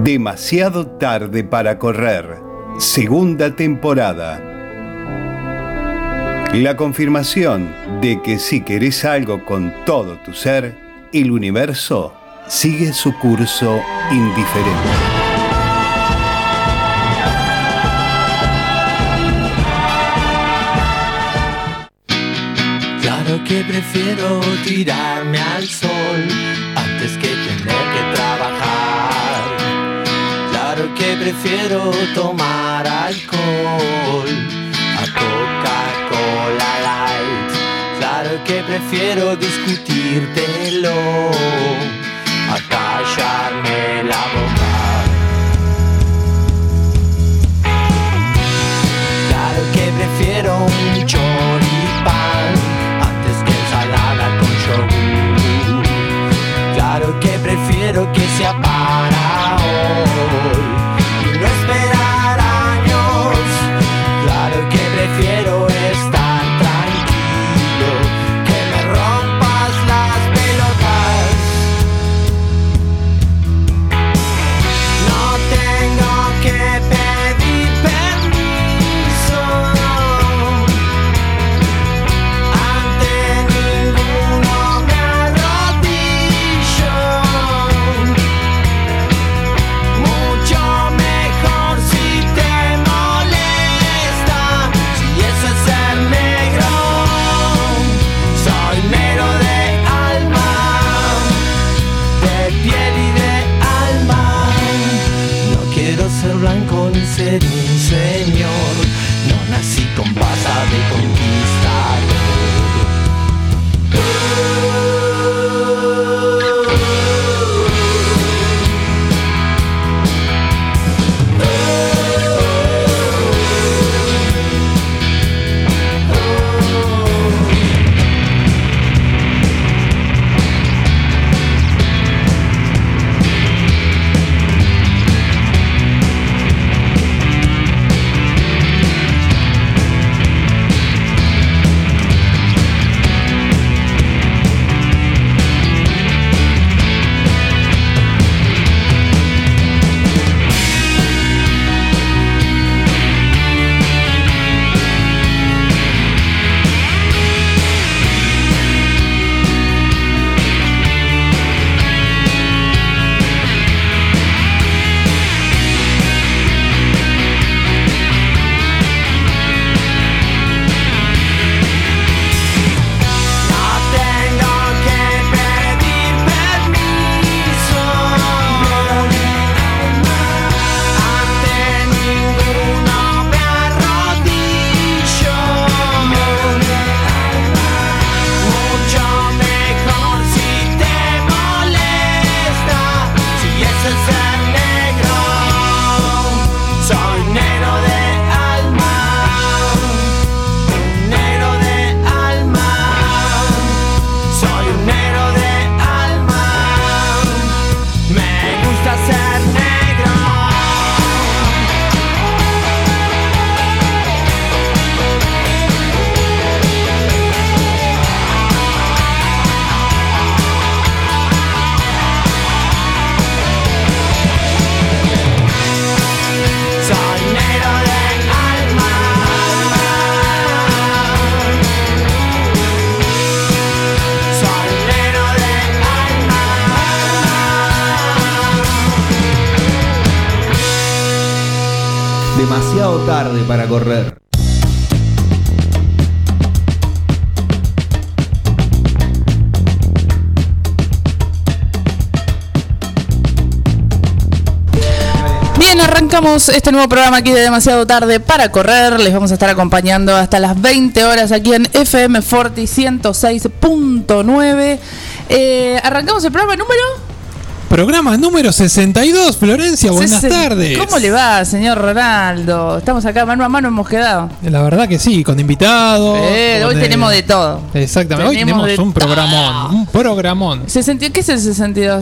Demasiado tarde para correr. Segunda temporada. La confirmación de que si querés algo con todo tu ser, el universo sigue su curso indiferente. Claro que prefiero tirarme al sol antes que tener que trabajar. Claro que prefiero tomar alcohol a Coca-Cola Light. Claro que prefiero discutírtelo a callarme la boca. Claro que prefiero un choripán antes que ensalada con yogur. Claro que prefiero que sea para hoy y no esperar años. Claro que prefiero estar tranquilo, que me rompas las pelotas. No tengo que pedir permiso ante ninguno, me arrodillo. Mucho mejor si te molesta, si eso es ser negro. Soy negro de alma, de piel y de alma. No quiero ser blanco ni ser un señor. No nací con pasa de conquistador. Demasiado tarde para correr. Bien, arrancamos este nuevo programa aquí de Demasiado Tarde para Correr. Les vamos a estar acompañando hasta las 20 horas aquí en FM Forti 106.9. Arrancamos el Programa número 62, Florencia, buenas tardes. ¿Cómo le va, señor Ronaldo? Estamos acá mano a mano, hemos quedado. La verdad que sí, con invitados. Hoy tenemos de todo. Exactamente, hoy tenemos un programón. ¿Qué es el 62?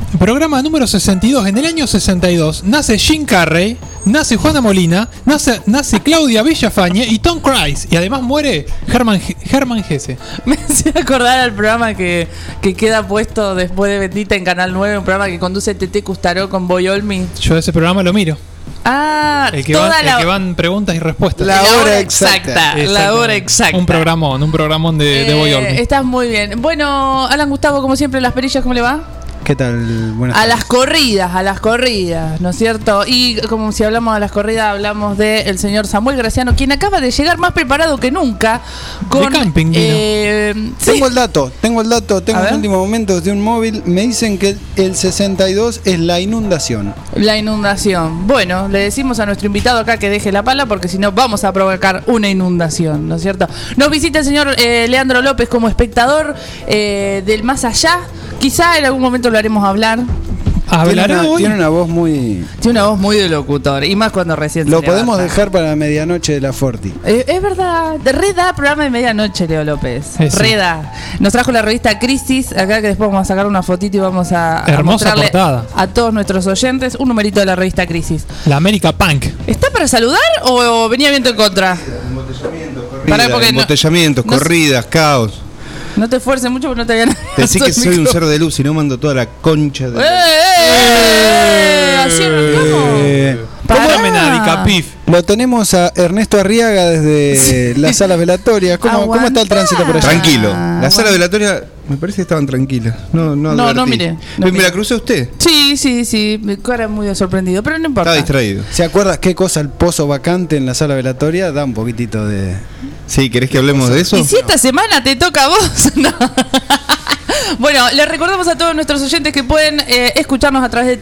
Programa número 62. En el año 62 nace Jim Carrey, nace Juana Molina, nace Claudia Villafañe y Tom Cruise. Y además muere Hermann Hesse. Me hacía acordar al programa que queda puesto después de Bendita en Canal 9, un programa que conduce Tete Custaró con Boy Olmi. Yo ese programa lo miro. Ah, el que van preguntas y respuestas. La hora exacta. La hora exacta. Un programón de Boy Olmi. Estás muy bien. Bueno, Alan Gustavo, como siempre, las perillas, ¿cómo le va? ¿Qué tal? Buenas tardes. A las corridas, ¿no es cierto? Y como si hablamos de las corridas, hablamos del señor Samuel Graciano, quien acaba de llegar más preparado que nunca con... De camping, sí. Tengo el dato, tengo los últimos momentos de un móvil. Me dicen que el 62 es la inundación. La inundación. Bueno, le decimos a nuestro invitado acá que deje la pala, porque si no vamos a provocar una inundación, ¿no es cierto? Nos visita el señor Leandro López como espectador del más allá. Quizá en algún momento lo haremos hablar. Tiene una voz muy... Tiene una voz muy de locutor. Y más cuando recién lo podemos dejar para medianoche de la Forti. Es verdad. Reda, programa de medianoche, Leo López. Reda. Nos trajo la revista Crisis. Acá que después vamos a sacar una fotito y vamos a mostrarle portada a todos nuestros oyentes un numerito de la revista Crisis. La América Punk. ¿Está para saludar o venía viento en contra? Embotellamientos, corridas, caos. No te esfuerces mucho porque no te hagan. Decí que soy un ser de luz y no mando toda la concha de... Así arrancamos. Pará. Pif. Lo tenemos a Ernesto Arriaga desde la sala velatoria. ¿Cómo está el tránsito por allá? Tranquilo. La sala velatoria me parece que estaban tranquilas. No, mire. ¿Me la crucé usted? Sí. Mi cara es muy sorprendido, pero no importa. Estaba distraído. ¿Se acuerda qué cosa el pozo vacante en la sala velatoria? Da un poquitito de... Sí, ¿querés que hablemos de eso? ¿Y si esta semana te toca a vos? No. Bueno, les recordamos a todos nuestros oyentes que pueden escucharnos a través de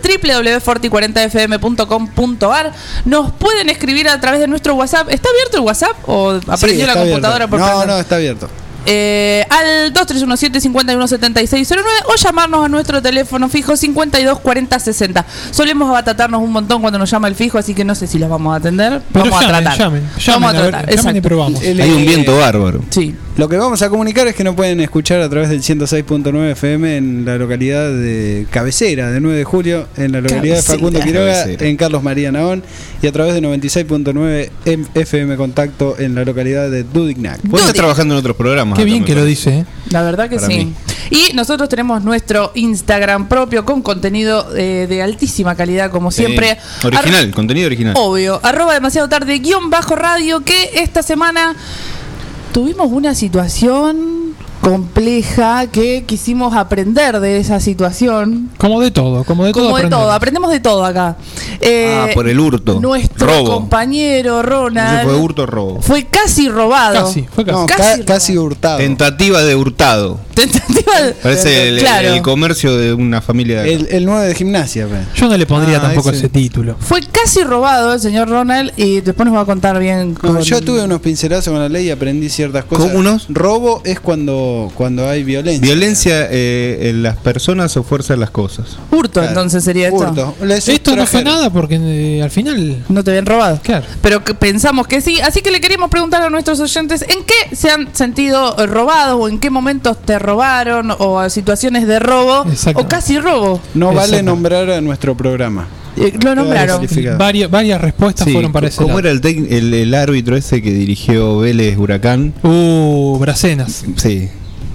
www.forti40fm.com.ar. Nos pueden escribir a través de nuestro WhatsApp. ¿Está abierto el WhatsApp o aprendió la computadora abierto. No, está abierto. Al 2317-517609 o llamarnos a nuestro teléfono fijo 524060. Solemos abatatarnos un montón cuando nos llama el fijo, así que no sé si los vamos a atender. Pero vamos a tratar. Llamen y probamos. Hay un viento bárbaro. Sí. Lo que vamos a comunicar es que nos pueden escuchar a través del 106.9 FM en la localidad de Cabecera, de 9 de julio, en la localidad de Facundo Quiroga, en Carlos María Naón, y a través de 96.9 FM Contacto en la localidad de Dudignac. Vos estás trabajando en otros programas. Qué bien que lo dice, La verdad que para sí. mí. Y nosotros tenemos nuestro Instagram propio con contenido de altísima calidad, como siempre. Original, contenido original. Obvio. @demasiado tarde _radio, que esta semana tuvimos una situación compleja que quisimos aprender de esa situación. Como de todo. Aprendemos de todo acá. Por el hurto. Nuestro robo. compañero Ronald. Eso fue hurto, robo. Fue casi robado. Casi hurtado. Tentativa de hurtado. Parece el comercio de una familia. El 9 de gimnasia. Yo no le pondría tampoco ese título. Fue casi robado el señor Ronald y después nos va a contar bien. Yo tuve unos pincelazos con la ley y aprendí ciertas cosas. ¿Cómo unos? Robo es cuando hay violencia. Violencia en las personas o fuerza en las cosas. Hurto, claro. Entonces sería esto. Hurto. Esto no fue nada porque al final no te habían robado. Claro. Pero pensamos que sí. Así que le queríamos preguntar a nuestros oyentes en qué se han sentido robados o en qué momentos te robaron o a situaciones de robo o casi robo. No vale nombrar a nuestro programa. Lo nombraron. Varias respuestas fueron para ese lado. ¿Cómo era el árbitro ese que dirigió Vélez Huracán? Bracenas. Sí.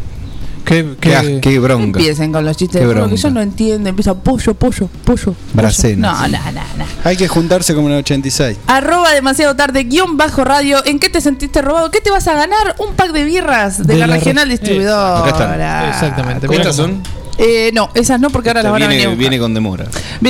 Qué bronca. Empiecen con los chistes de que yo no entiendo. Empieza pollo. Bracenas. No. Hay que juntarse como en el 86. @demasiado tarde _radio. ¿En qué te sentiste robado? ¿Qué te vas a ganar? Un pack de birras de la regional distribuidora. Acá están. Exactamente. ¿Cuántas son? No, esas no, porque ahora las van a venir. Viene con demora.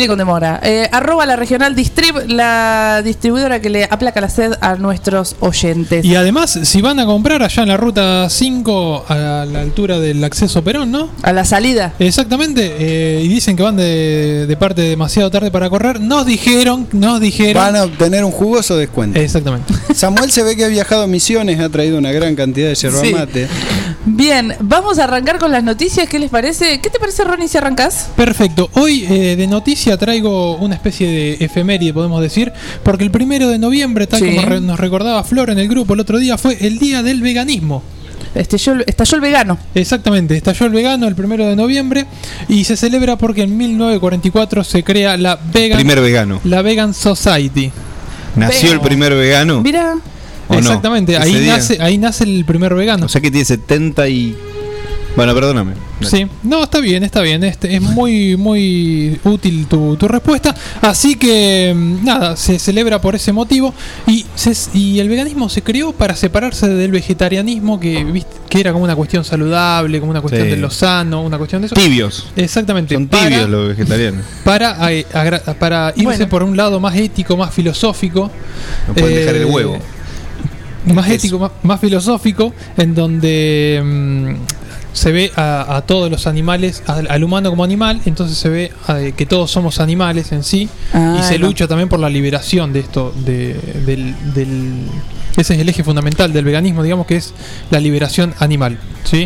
La regional la distribuidora que le aplaca la sed a nuestros oyentes. Y además, si van a comprar allá en la ruta 5, a la altura del acceso Perón, ¿no? A la salida. Exactamente. Y dicen que van de parte de demasiado tarde para correr. Nos dijeron. Van a obtener un jugoso descuento. Exactamente. Samuel se ve que ha viajado a Misiones, ha traído una gran cantidad de yerba mate. Bien, vamos a arrancar con las noticias. ¿Qué les parece? ¿Qué te parece, Ronnie, si arrancás? Perfecto. Hoy de noticia traigo una especie de efeméride, podemos decir, porque el 1 de noviembre, tal como nos recordaba Flor en el grupo el otro día, fue el día del veganismo. estalló el vegano. Exactamente, estalló el vegano el 1 de noviembre y se celebra porque en 1944 se crea la primer vegano. La Vegan Society. ¿Nació el primer vegano? Mira. Exactamente, no? ahí nace el primer vegano. O sea que tiene 70 y... Bueno, perdóname. Sí, no, está bien. Es muy muy útil tu respuesta. Así que, nada, se celebra por ese motivo. Y el veganismo se creó para separarse del vegetarianismo, que era como una cuestión saludable, como una cuestión de lo sano, una cuestión de eso. Tibios. Exactamente. Son tibios los vegetarianos. Para irse por un lado más ético, más filosófico. No pueden dejar el huevo. Más ético, más filosófico, en donde se ve a todos los animales, al humano como animal, entonces se ve que todos somos animales en sí, y se lucha también por la liberación de esto, ese es el eje fundamental del veganismo, digamos, que es la liberación animal, ¿sí?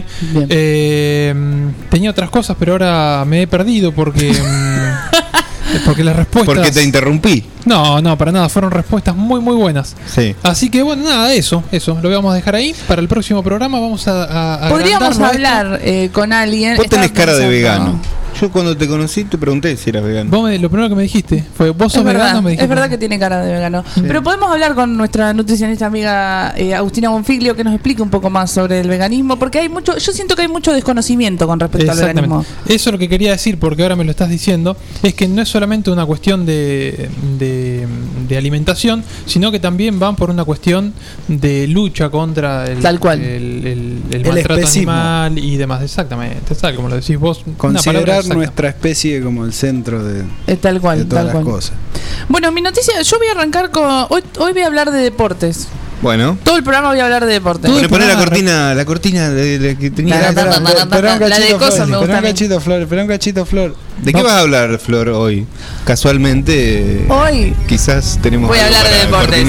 Tenía otras cosas, pero ahora me he perdido porque las respuestas... ¿Por qué te interrumpí? No, para nada, fueron respuestas muy muy buenas. Sí. Así que bueno, nada, eso lo vamos a dejar ahí. Para el próximo programa vamos a podríamos hablar con alguien. Vos tenés cara de vegano. Yo cuando te conocí te pregunté si eras vegano. Lo primero que me dijiste fue, vos sos vegano, me dijiste. Es verdad que tiene cara de vegano. Sí. Pero podemos hablar con nuestra nutricionista amiga Agustina Bonfiglio, que nos explique un poco más sobre el veganismo, porque yo siento que hay mucho desconocimiento con respecto al veganismo. Eso es lo que quería decir, porque ahora me lo estás diciendo, es que no es solamente una cuestión de alimentación, sino que también van por una cuestión de lucha contra el maltrato animal y demás. Exactamente, tal como lo decís vos. Considerar nuestra especie como el centro de todas las cosas. Bueno, mi noticia, yo voy a arrancar con... Hoy voy a hablar de deportes. Bueno. Todo el programa voy a hablar de deportes. Poner la cortina de que tenía... La de cosas me gusta. Espera un cachito, Flor. ¿De qué vas a hablar, Flor, hoy? Casualmente... Hoy quizás tenemos... Voy a hablar de deportes.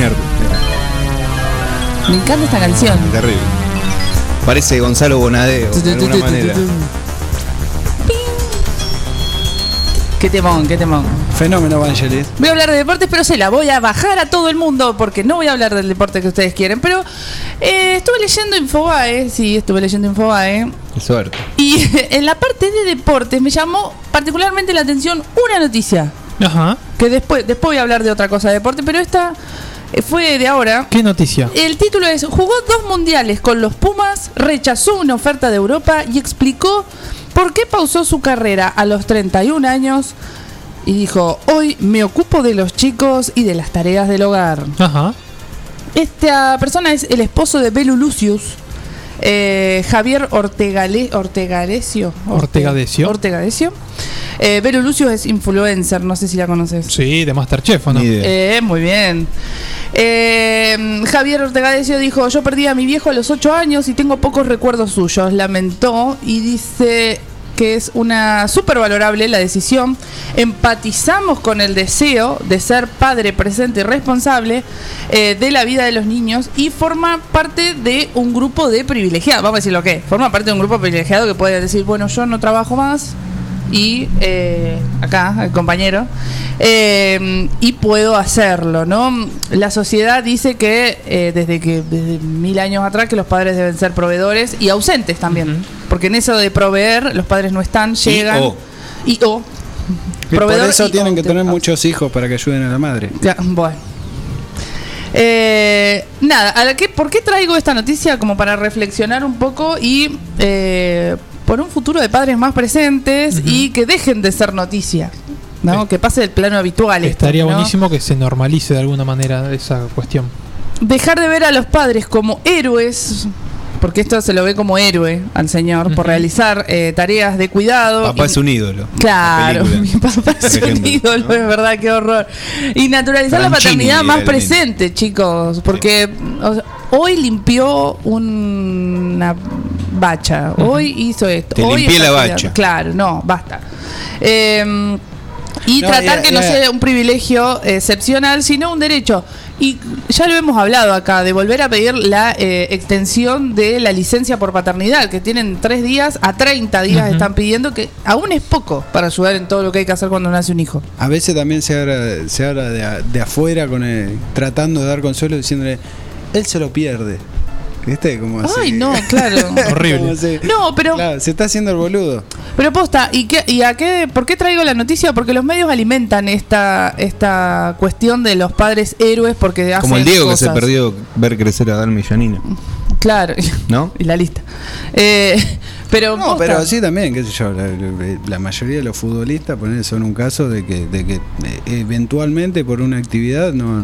Me encanta esta canción. Terrible. Parece Gonzalo Bonadeo, de alguna manera. Qué temón. Fenómeno, Vangelis. Voy a hablar de deportes, pero se la voy a bajar a todo el mundo porque no voy a hablar del deporte que ustedes quieren. Pero estuve leyendo Infobae. Qué suerte. Y en la parte de deportes me llamó particularmente la atención una noticia. Ajá. Que después voy a hablar de otra cosa de deporte, pero esta fue de ahora. ¿Qué noticia? El título es: jugó 2 mundiales con los Pumas, rechazó una oferta de Europa y explicó por qué pausó su carrera a los 31 años y dijo: hoy me ocupo de los chicos y de las tareas del hogar. Ajá. Esta persona es el esposo de Belu Lucius, Javier Ortegadesio. Belu Lucius es influencer, no sé si la conoces. Sí, de Masterchef, ¿o no? Muy bien. Javier Ortegadesio dijo: yo perdí a mi viejo a los 8 años y tengo pocos recuerdos suyos. Lamentó y dice que es una súper valorable la decisión. Empatizamos con el deseo de ser padre presente y responsable de la vida de los niños, y forma parte de un grupo de privilegiados. Vamos a decir lo que forma parte de un grupo privilegiado que puede decir: bueno, yo no trabajo más y acá el compañero y puedo hacerlo, ¿no? La sociedad dice que desde 1000 años atrás que los padres deben ser proveedores y ausentes también, porque en eso de proveer los padres no están, llegan y por eso tienen que tener muchos hijos para que ayuden a la madre. Bueno. Nada, ¿por qué traigo esta noticia? Como para reflexionar un poco y por un futuro de padres más presentes y que dejen de ser noticia, ¿no? Que pase del plano habitual. Estaría buenísimo que se normalice de alguna manera esa cuestión. Dejar de ver a los padres como héroes, porque esto se lo ve como héroe al señor por realizar tareas de cuidado. Papá es un ídolo. Claro, mi papá es un ídolo, ¿no? Es verdad, qué horror. Y naturalizar la paternidad más presente, chicos, porque hoy limpió una bacha, hoy hizo esto. Te hoy limpié la bacha. Claro, no, basta. Y tratar que no sea un privilegio excepcional, sino un derecho. Y ya lo hemos hablado acá, de volver a pedir la extensión de la licencia por paternidad, que tienen 3 días a 30 días están pidiendo, que aún es poco para ayudar en todo lo que hay que hacer cuando nace un hijo. A veces también se habla de afuera, tratando de dar consuelo, diciéndole: él se lo pierde. ¿Viste? Como así. Ay, no, claro. Horrible. No, pero Claro, se está haciendo el boludo. Pero posta, ¿por qué traigo la noticia? Porque los medios alimentan esta cuestión de los padres héroes porque hacen Como el Diego cosas. que se perdió ver crecer a Dalma y Janina. Claro. ¿No? Y la lista. Pero No, posta. pero sí también, qué sé yo, la mayoría de los futbolistas son un caso de que eventualmente por una actividad no.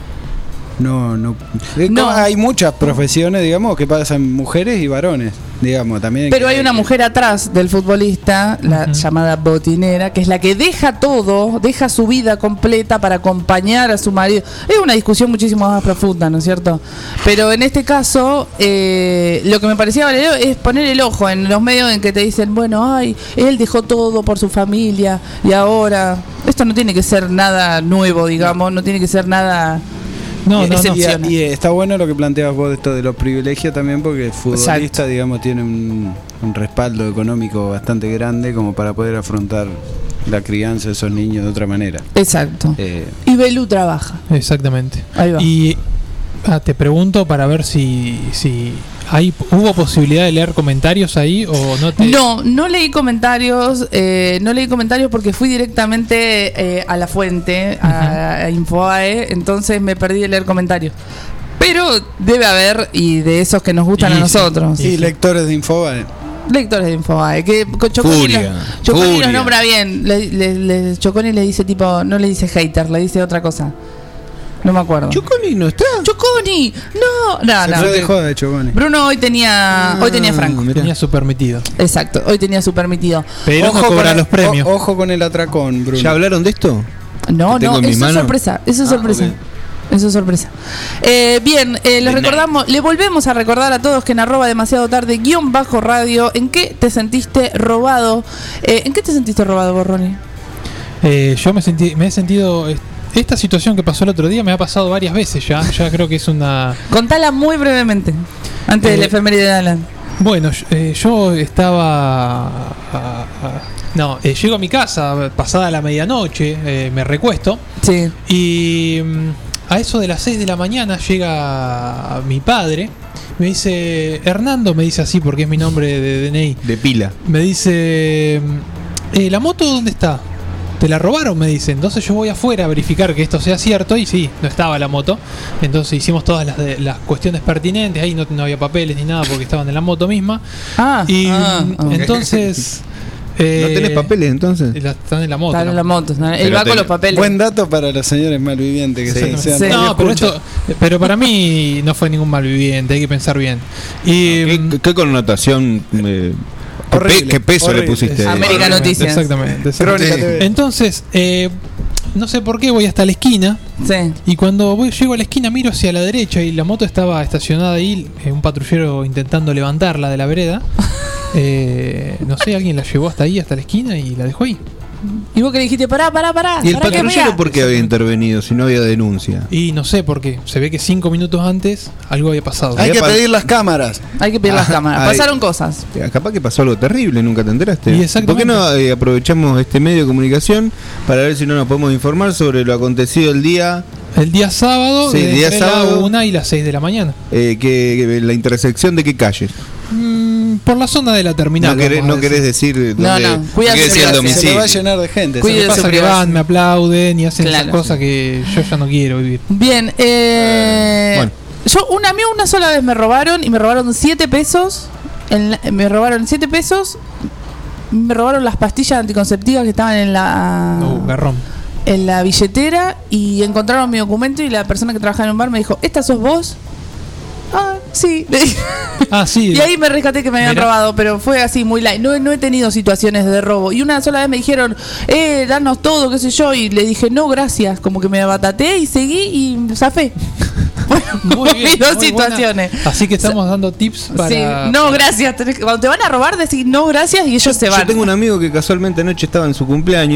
Hay muchas profesiones, digamos, que pasan mujeres y varones, digamos, también. Pero hay una mujer atrás del futbolista, la llamada botinera, que es la que deja todo, deja su vida completa para acompañar a su marido. Es una discusión muchísimo más profunda, ¿no es cierto? Pero en este caso, lo que me parecía valioso es poner el ojo en los medios en que te dicen, bueno, ay, él dejó todo por su familia y ahora... Esto no tiene que ser nada nuevo, digamos, no tiene que ser nada... No. Y está bueno lo que planteabas vos de esto de los privilegios también, porque el futbolista, Exacto. digamos, tiene un respaldo económico bastante grande como para poder afrontar la crianza de esos niños de otra manera. Exacto. Y Belú trabaja. Exactamente. Ahí va. Y te pregunto para ver si hubo posibilidad de leer comentarios ahí o no te... No leí comentarios, porque fui directamente a la fuente, a Infobae, entonces me perdí de leer comentarios. Pero debe haber, y de esos que nos gustan a nosotros. Sí, lectores de Infobae. Lectores de Infobae, que Choconi los nombra bien. Choconi le dice tipo, no le dice hater, le dice otra cosa. No me acuerdo. ¿Choconi no está? ¡Choconi! No. Se fue de joda de Choconi. Bruno hoy tenía Franco. mirá. Tenía su permitido. Exacto, hoy tenía su permitido. Pero no cobra los premios. Ojo con el atracón, Bruno. ¿Ya hablaron de esto? No, ¿Que tengo en eso mis es manos? sorpresa. Eso es sorpresa. ok. Eso es sorpresa. Bien, le volvemos a recordar a todos que en @demasiadotarde _radio, ¿en qué te sentiste robado? ¿En qué te sentiste robado, Borroni? Yo me he sentido... Esta situación que pasó el otro día me ha pasado varias veces ya. Ya creo que es una... Contala muy brevemente, antes del efeméride de Alan. Bueno, yo estaba... llego a mi casa pasada la medianoche, me recuesto. Sí. Y a eso de las 6 de la mañana llega mi padre. Me dice, Hernando, me dice así porque es mi nombre de DNI. De pila. Me dice, ¿la moto dónde está? ¿Te la robaron? Me dice. Entonces yo voy afuera a verificar que esto sea cierto. Y sí, no estaba la moto. Entonces hicimos todas las cuestiones pertinentes. Ahí no había papeles ni nada porque estaban en la moto misma. Entonces... ¿No tenés papeles entonces? Están en la moto. Están en la moto. Él va con los papeles. Buen dato para los señores malvivientes que Sí. sean No, pero para mí no fue ningún malviviente. Hay que pensar bien. Y... ¿Qué connotación... Horrible, ¿Qué peso horrible. le pusiste? América Noticias. Exactamente. Crónica TV. Entonces, no sé por qué voy hasta la esquina. Sí. Y cuando llego a la esquina miro hacia la derecha y la moto estaba estacionada ahí, un patrullero intentando levantarla de la vereda. No sé, alguien la llevó hasta ahí, hasta la esquina y la dejó ahí. Y vos que le dijiste, pará. ¿Y el pará que patrullero vea. por qué había intervenido si no había denuncia? Y no sé por qué, se ve que 5 minutos antes algo había pasado. Hay que Había pedir las cámaras. Hay que pedir las cámaras. Ay. Pasaron cosas. Capaz que pasó algo terrible, nunca te enteraste. Y exactamente. ¿Por qué no aprovechamos este medio de comunicación para ver si no nos podemos informar sobre lo acontecido el día El día sábado, Sí, día entre sábado. la 1 y las 6 de la mañana. que la intersección de qué calles? Por la zona de la terminal. No querés decir dónde, no, cuídate, qué decía el cuídate. Se domicilio. le va a llenar de gente. Cuide Lo que pasa su es que privacidad. van, me aplauden y hacen Claro. esas cosas que yo ya no quiero vivir. Bien, Bueno. a mí una sola vez me robaron y me robaron 7 pesos. Me robaron 7 pesos. Me robaron las pastillas anticonceptivas que estaban en Garrón. en la billetera y encontraron mi documento y la persona que trabajaba en un bar me dijo, ¿esta sos vos? Ah, sí. Le dije. Ah, sí. Y ahí me rescaté que me habían Mirá. robado, pero fue así muy light. No he tenido situaciones de robo. Y una sola vez me dijeron, danos todo, qué sé yo. Y le dije, no, gracias. Como que me abataté y seguí y zafé. Bueno, Muy bien, dos muy situaciones. buena. Así que estamos dando tips para... Sí, no, gracias. Cuando te van a robar, decís no, gracias y ellos se van. Yo tengo un amigo que casualmente anoche estaba en su cumpleaños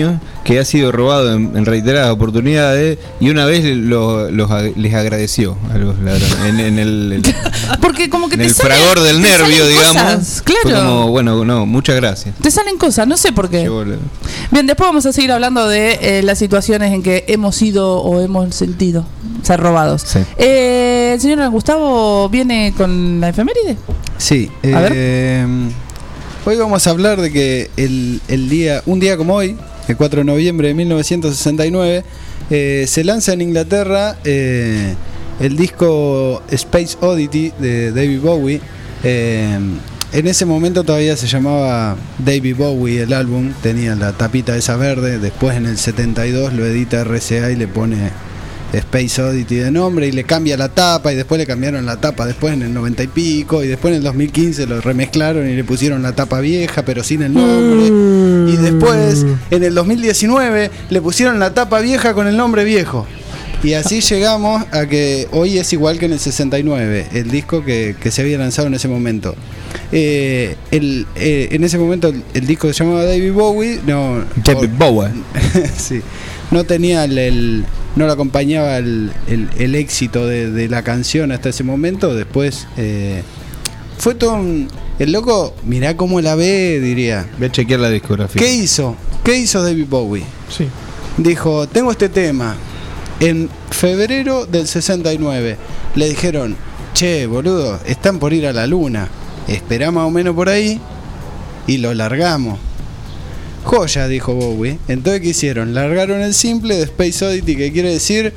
que ha sido robado en reiteradas oportunidades, y una vez les agradeció a los ladrones en el porque como que en te el salen, fragor del nervio, digamos. Cosas, claro. Fue como, bueno, no, muchas gracias. Te salen cosas, no sé por qué. Bien, después vamos a seguir hablando de las situaciones en que hemos sido o hemos sentido ser robados. Sí. El señor Gustavo viene con la efeméride. Sí. A ver. Hoy vamos a hablar de que un día como hoy, el 4 de noviembre de 1969, se lanza en Inglaterra el disco Space Oddity de David Bowie. En ese momento todavía se llamaba David Bowie el álbum, tenía la tapita esa verde. Después en el 72 lo edita RCA y le pone Space Oddity de nombre y le cambia la tapa, y después le cambiaron la tapa después en el 90 y pico, y después en el 2015 lo remezclaron y le pusieron la tapa vieja pero sin el nombre, y después en el 2019 le pusieron la tapa vieja con el nombre viejo, y así llegamos a que hoy es igual que en el 69, el disco que se había lanzado en ese momento. En ese momento el disco se llamaba David Bowie, David Bowie. sí, no tenía no lo acompañaba el éxito de la canción hasta ese momento. Después fue todo el loco, mirá cómo la ve, diría. Voy a chequear la discografía. ¿Qué hizo David Bowie? Sí. Dijo, tengo este tema. En febrero del 69 le dijeron, che, boludo, están por ir a la luna, esperá más o menos por ahí y lo largamos. Joya, dijo Bowie. Entonces, ¿qué hicieron? Largaron el simple de Space Oddity, que quiere decir...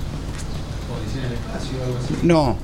No.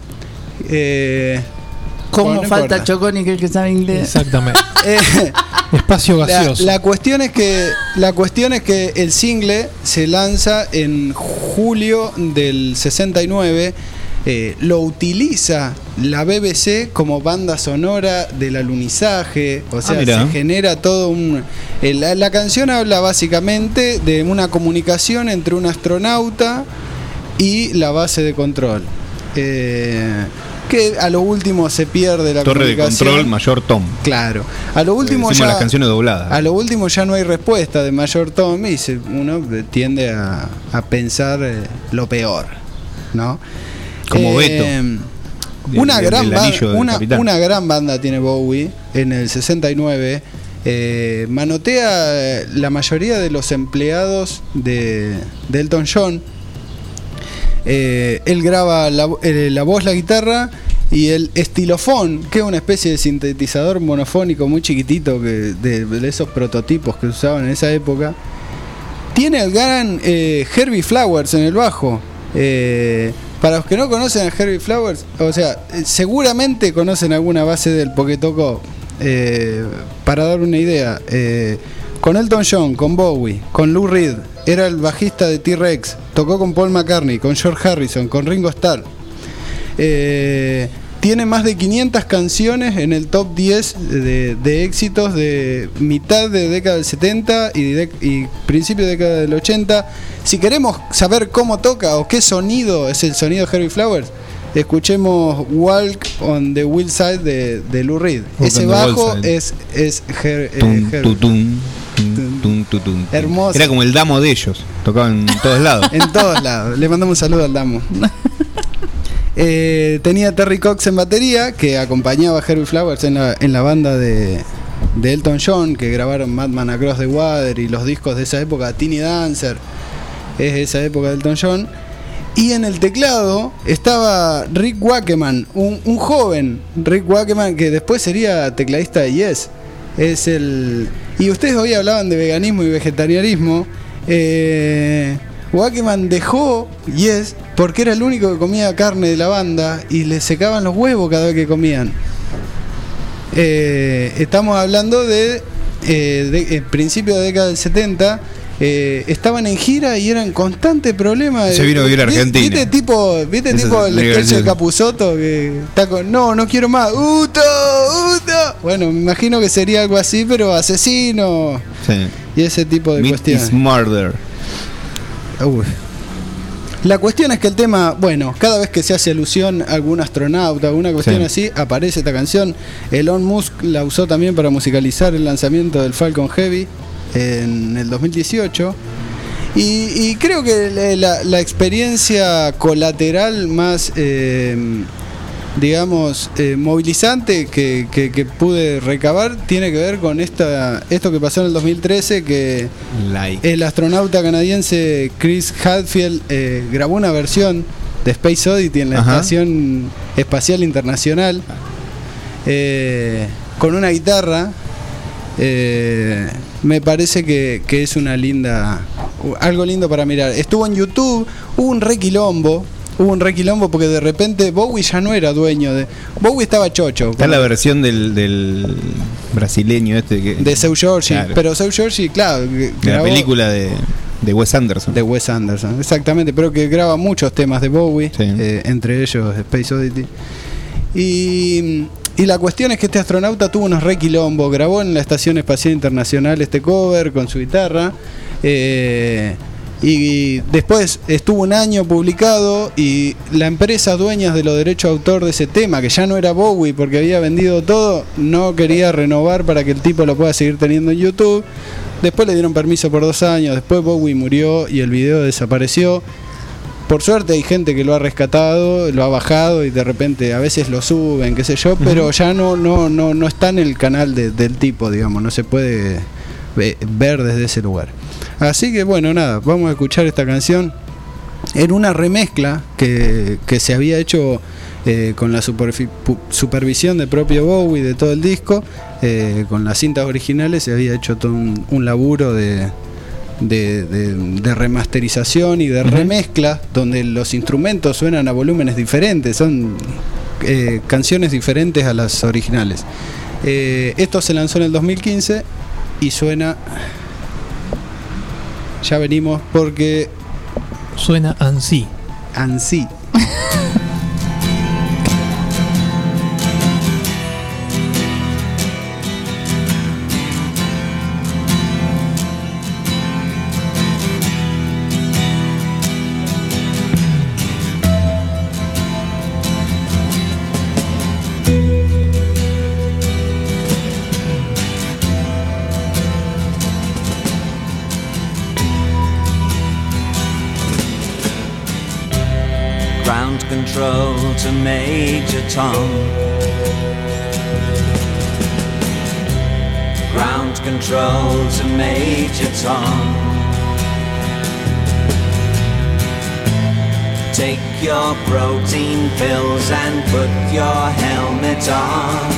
¿Cómo no falta importa. Choconi, que sabe inglés? Exactamente. Espacio gaseoso. La cuestión es que el single se lanza en julio del 69. Lo utiliza la BBC como banda sonora del alunizaje, o sea, se genera todo la canción habla básicamente de una comunicación entre un astronauta y la base de control, que a lo último se pierde la Torre comunicación. de control, Mayor Tom. Claro, a lo último las canciones dobladas. A lo último ya no hay respuesta de Mayor Tom y uno tiende a pensar lo peor, ¿no? Como Beto. Una gran banda tiene Bowie en el 69. Manotea la mayoría de los empleados de Elton John. Él graba la voz, la guitarra y el estilofón, que es una especie de sintetizador monofónico muy chiquitito de esos prototipos que usaban en esa época. Tiene el gran Herbie Flowers en el bajo. Para los que no conocen a Herbie Flowers, o sea, seguramente conocen alguna base del porque tocó. Para dar una idea, con Elton John, con Bowie, con Lou Reed, era el bajista de T-Rex, tocó con Paul McCartney, con George Harrison, con Ringo Starr. Tiene más de 500 canciones en el top 10 de éxitos de mitad de década del 70 y principio de década del 80. Si queremos saber cómo toca o qué sonido es el sonido de Herbie Flowers, escuchemos Walk on the Wild Side de Lou Reed. Ese bajo es Herbie. Hermoso. Era como el Damo de ellos, tocaban en todos lados. En todos lados. Le mandamos un saludo al Damo. Tenía Terry Cox en batería, que acompañaba a Herbie Flowers en la banda de Elton John, que grabaron Madman Across the Water y los discos de esa época. Teeny Dancer es esa época de Elton John. Y en el teclado estaba Rick Wakeman, un joven Rick Wakeman que después sería tecladista de Yes. Y ustedes hoy hablaban de veganismo y vegetarianismo. Wakeman dejó Yes porque era el único que comía carne de la banda y le secaban los huevos cada vez que comían. Estamos hablando de principio de la década del 70. Estaban en gira y eran constantes problemas. Se vino a vivir a Argentina. ¿Viste tipo el sketch de Capusotto que está con no quiero más, Uto. Bueno, me imagino que sería algo así, pero asesino. Sí. Y ese tipo de cuestiones. Is murder. La cuestión es que el tema, bueno, cada vez que se hace alusión a algún astronauta, alguna cuestión así, aparece esta canción. Elon Musk la usó también para musicalizar el lanzamiento del Falcon Heavy. en el 2018. Y creo que la experiencia colateral más, digamos, movilizante que pude recabar tiene que ver con esto que pasó en el 2013, que el astronauta canadiense Chris Hadfield grabó una versión de Space Oddity en la Estación Espacial Internacional con una guitarra. Me parece que es algo lindo para mirar. Estuvo en YouTube, hubo un requilombo porque de repente Bowie ya no era dueño de... Bowie estaba chocho. Está la versión del brasileño de Seu Jorge, claro. Pero Seu Jorge, claro, la película de Wes Anderson. De Wes Anderson, exactamente, pero que graba muchos temas de Bowie, sí. Entre ellos Space Oddity. Y la cuestión es que este astronauta tuvo unos requilombos, grabó en la Estación Espacial Internacional este cover con su guitarra, y después estuvo un año publicado y la empresa dueña de los derechos de autor de ese tema, que ya no era Bowie porque había vendido todo, no quería renovar para que el tipo lo pueda seguir teniendo en YouTube. Después le dieron permiso por 2 años, después Bowie murió y el video desapareció. Por suerte hay gente que lo ha rescatado, lo ha bajado y de repente a veces lo suben, qué sé yo, pero ya no está en el canal del tipo, digamos, no se puede ver desde ese lugar. Así que bueno, nada, vamos a escuchar esta canción en una remezcla que se había hecho con la supervisión del propio Bowie de todo el disco, con las cintas originales se había hecho todo un laburo de remasterización y de remezcla, donde los instrumentos suenan a volúmenes diferentes, son canciones diferentes a las originales. Esto se lanzó en el 2015 y suena... Ya venimos porque... Suena ansí. Ansí. Control to Major Tom. Ground control to Major Tom. Take your protein pills and put your helmet on.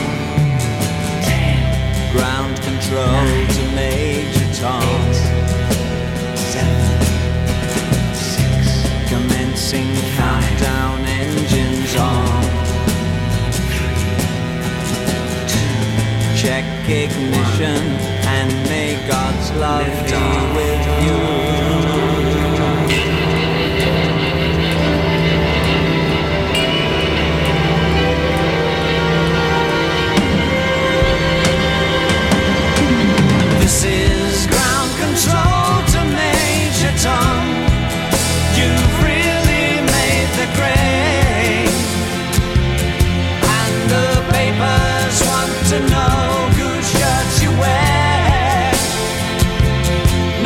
10. Ground control 9, to Major Tom. 8, 7, 6. Commencing countdown. Engines on. 2. Check ignition and may God's love be with you. This is ground control to Major Tom. You've really made the grade. Want to know whose shirts you wear.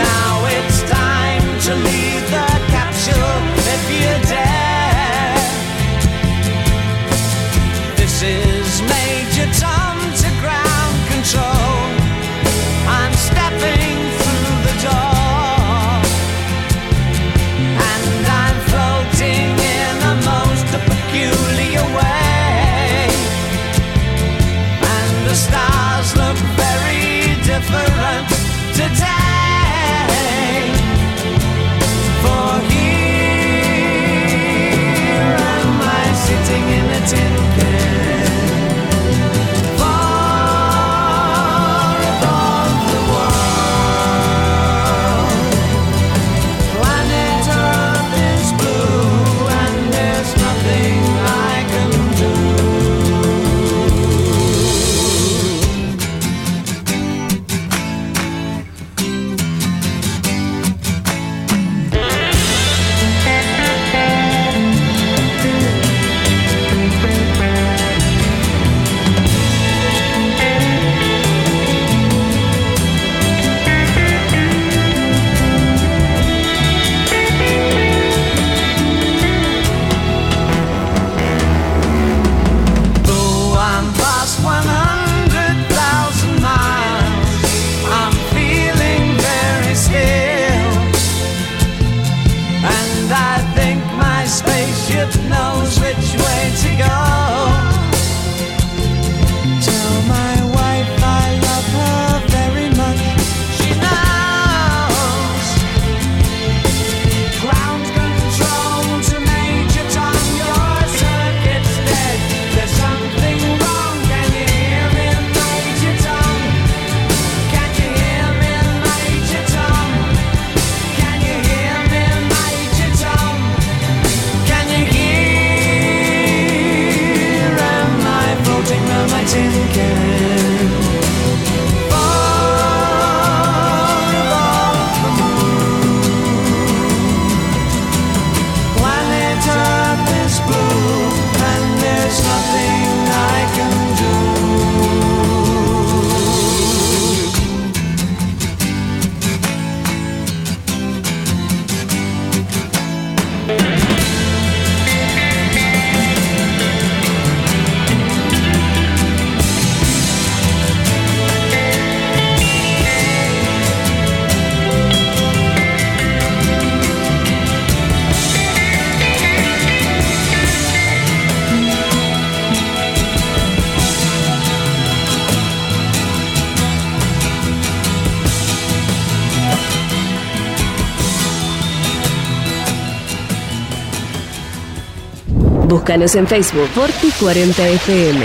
Búscanos en Facebook Forti 40 FM.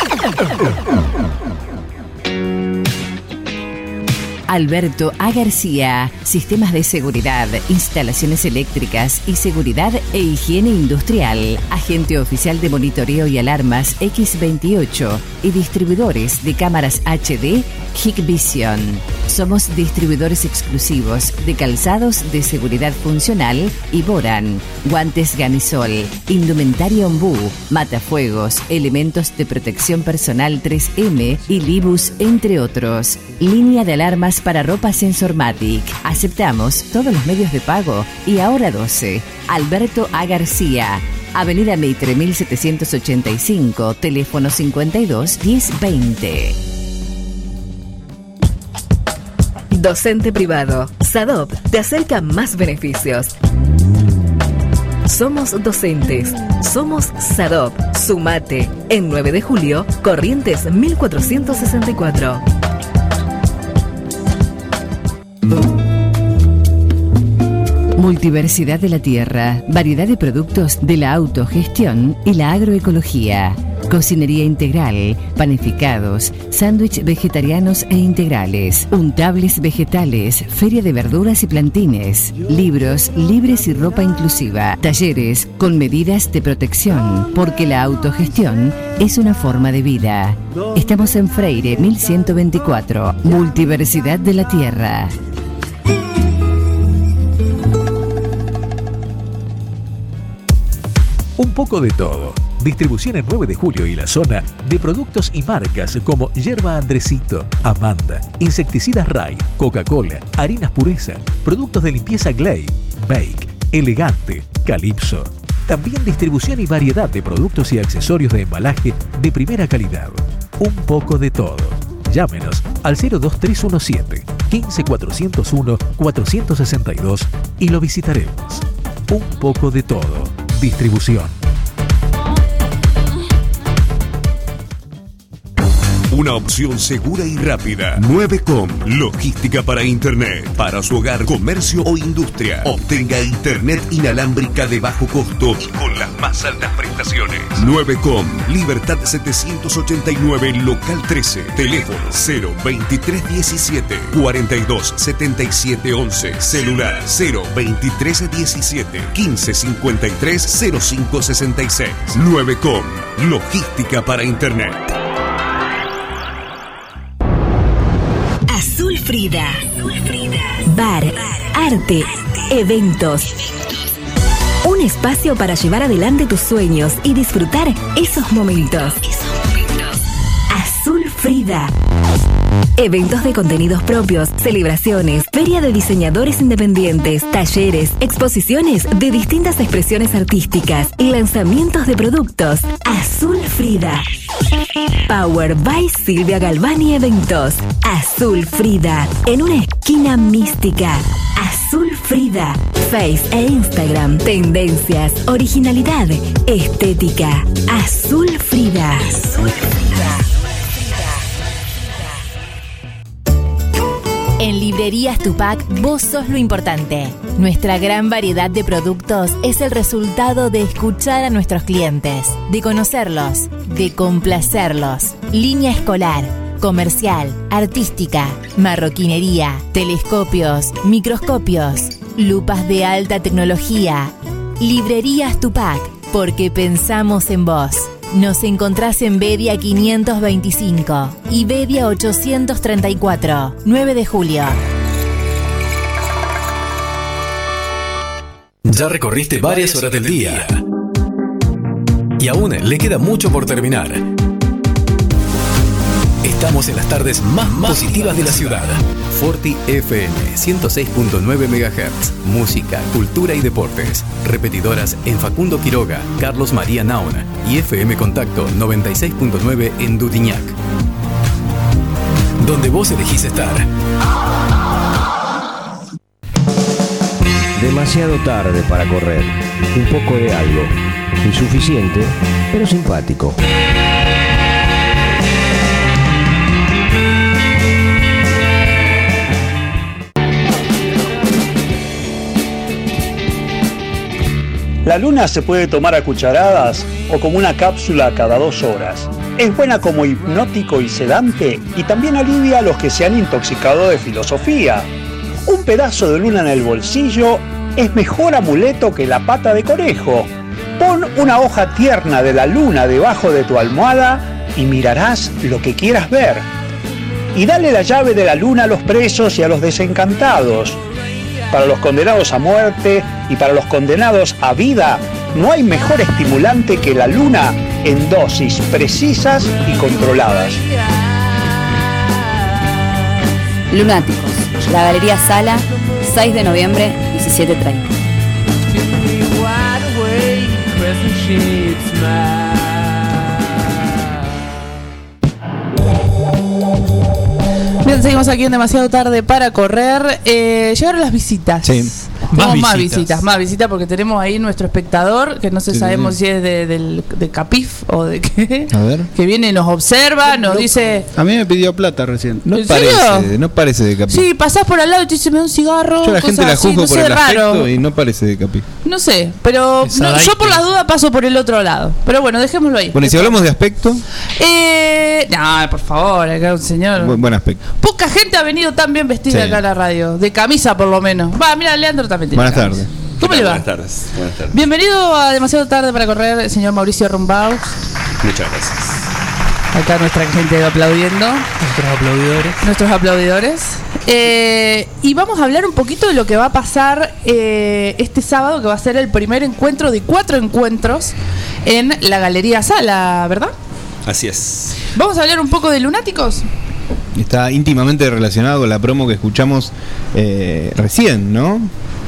Alberto A. García, sistemas de seguridad, instalaciones eléctricas y seguridad e higiene industrial, agente oficial de monitoreo y alarmas X28 y distribuidores de cámaras HD Hikvision. Somos distribuidores exclusivos de calzados de seguridad funcional y Boran, guantes Ganisol, indumentaria Ombú, matafuegos, elementos de protección personal 3M y Libus, entre otros. Línea de alarmas para ropa Sensormatic. Aceptamos todos los medios de pago y ahora 12. Alberto A. García, Avenida Mitre 1785, teléfono 52 1020. Docente privado. SADOP te acerca más beneficios. Somos docentes. Somos SADOP. Sumate. En 9 de julio, Corrientes 1464. Multiversidad de la tierra, variedad de productos de la autogestión y la agroecología. Cocinería integral, panificados, sándwich vegetarianos e integrales, untables vegetales, feria de verduras y plantines, libros libres y ropa inclusiva, talleres con medidas de protección, porque la autogestión es una forma de vida. Estamos en Freire 1124, Multiversidad de la tierra. Un poco de todo. Distribución en 9 de julio y la zona de productos y marcas como Yerba Andresito, Amanda, Insecticidas Ray, Coca-Cola, Harinas Pureza, productos de limpieza Glade, Bake, Elegante, Calypso. También distribución y variedad de productos y accesorios de embalaje de primera calidad. Un poco de todo. Llámenos al 02317 15401 462 y lo visitaremos. Un poco de todo. Distribución. Una opción segura y rápida. 9com, logística para Internet. Para su hogar, comercio o industria. Obtenga Internet inalámbrica de bajo costo y con las más altas prestaciones. 9com, Libertad 789, local 13. Teléfono 02317 427711. Celular 02317 1553 0566. 9com, logística para Internet. Azul Frida. Bar, arte, eventos. Un espacio para llevar adelante tus sueños y disfrutar esos momentos. Azul Frida. Eventos de contenidos propios, celebraciones, feria de diseñadores independientes, talleres, exposiciones de distintas expresiones artísticas y lanzamientos de productos. Azul Frida. Power by Silvia Galvani Eventos. Azul Frida. En una esquina mística. Azul Frida. Face e Instagram. Tendencias, originalidad, estética. Azul Frida. Azul Frida. En Librerías Tupac, vos sos lo importante. Nuestra gran variedad de productos es el resultado de escuchar a nuestros clientes, de conocerlos, de complacerlos. Línea escolar, comercial, artística, marroquinería, telescopios, microscopios, lupas de alta tecnología. Librerías Tupac, porque pensamos en vos. Nos encontrás en Bedia 525 y Bedia 834, 9 de julio. Ya recorriste varias horas del día y aún le queda mucho por terminar. Estamos en las tardes más positivas de la ciudad. Forti FM 106.9 MHz. Música, cultura y deportes. Repetidoras en Facundo Quiroga, Carlos María Naona y FM Contacto 96.9 en Dutiñac. Donde vos elegís estar. Demasiado tarde para correr. Un poco de algo. Insuficiente, pero simpático. La luna se puede tomar a cucharadas o como una cápsula cada 2 horas. Es buena como hipnótico y sedante y también alivia a los que se han intoxicado de filosofía. Un pedazo de luna en el bolsillo es mejor amuleto que la pata de conejo. Pon una hoja tierna de la luna debajo de tu almohada y mirarás lo que quieras ver. Y dale la llave de la luna a los presos y a los desencantados. Para los condenados a muerte y para los condenados a vida, no hay mejor estimulante que la luna en dosis precisas y controladas. Lunáticos, la Galería Sala, 6 de noviembre, 17:30. Bien, seguimos aquí en Demasiado Tarde para Correr. Llegaron las visitas. Sí. Tenemos más visitas porque tenemos ahí nuestro espectador, que no sabemos si es de Capif o de qué. A ver. Que viene y nos observa, nos dice... A mí me pidió plata recién. No parece de Capif. Sí, pasás por al lado y te dice, me da un cigarro. Yo la gente la juzgo así, por el raro. aspecto y no parece de Capif. No sé, pero yo por las dudas paso por el otro lado. Pero bueno, dejémoslo ahí. Bueno, y si hablamos de aspecto... No, por favor, acá un señor... Buen aspecto. Poca gente ha venido tan bien vestida acá a la radio. De camisa por lo menos. Va, mira, Leandro también tiene Buenas tardes. ¿Cómo le va? Buenas tardes. Bienvenido a Demasiado Tarde para Correr, señor Mauricio Rumbaus. Muchas gracias. Acá nuestra gente aplaudiendo. Nuestros aplaudidores. Y vamos a hablar un poquito de lo que va a pasar este sábado, que va a ser el primer encuentro de 4 encuentros en la Galería Sala, ¿verdad? Así es. Vamos a hablar un poco de Lunáticos. Está íntimamente relacionado con la promo que escuchamos recién, ¿no?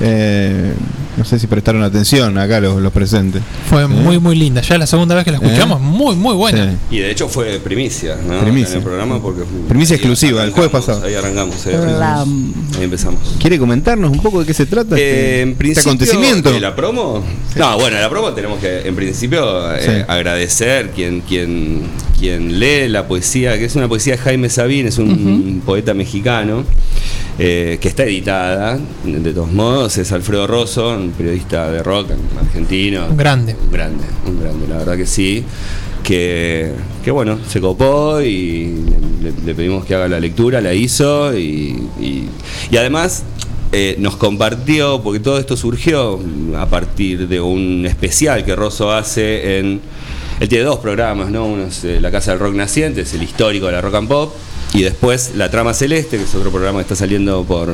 No sé si prestaron atención acá los presentes. Fue muy linda. Ya la segunda vez que la escuchamos, muy buena. Sí. Y de hecho fue primicia, ¿no? Primicia. En el programa porque primicia exclusiva, el jueves pasado. Ahí arrancamos. Ahí empezamos. ¿Quiere comentarnos un poco de qué se trata en principio, este acontecimiento? ¿De la promo? Sí. No, bueno, la promo tenemos que, en principio, agradecer quien lee la poesía, que es una poesía de Jaime Sabín, es un poeta mexicano. Que está editada, de todos modos, es Alfredo Rosso, un periodista de rock argentino. Un grande, la verdad que sí. Que bueno, se copó y le pedimos que haga la lectura, la hizo y además nos compartió, porque todo esto surgió a partir de un especial que Rosso hace en... Él tiene 2 programas, ¿no? Uno es La Casa del Rock Naciente, es el histórico de la rock and pop. Y después La Trama Celeste, que es otro programa que está saliendo por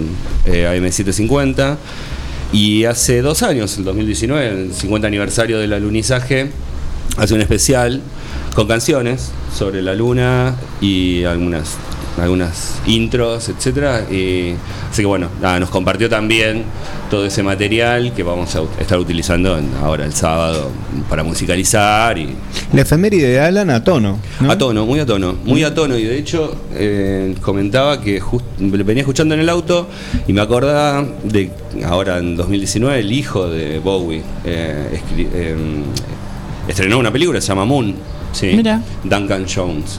AM750. Y hace 2 años, el 2019, el 50 aniversario del alunizaje, hace un especial con canciones sobre la luna y algunas intros, etcétera. Así que bueno, nos compartió también todo ese material que vamos a estar utilizando ahora el sábado para musicalizar. Y la efeméride de Alan a tono, ¿no? Muy a tono. Y de hecho comentaba que venía escuchando en el auto y me acordaba de ahora en 2019 el hijo de Bowie estrenó una película, se llama Moon. Sí, mira. Duncan Jones,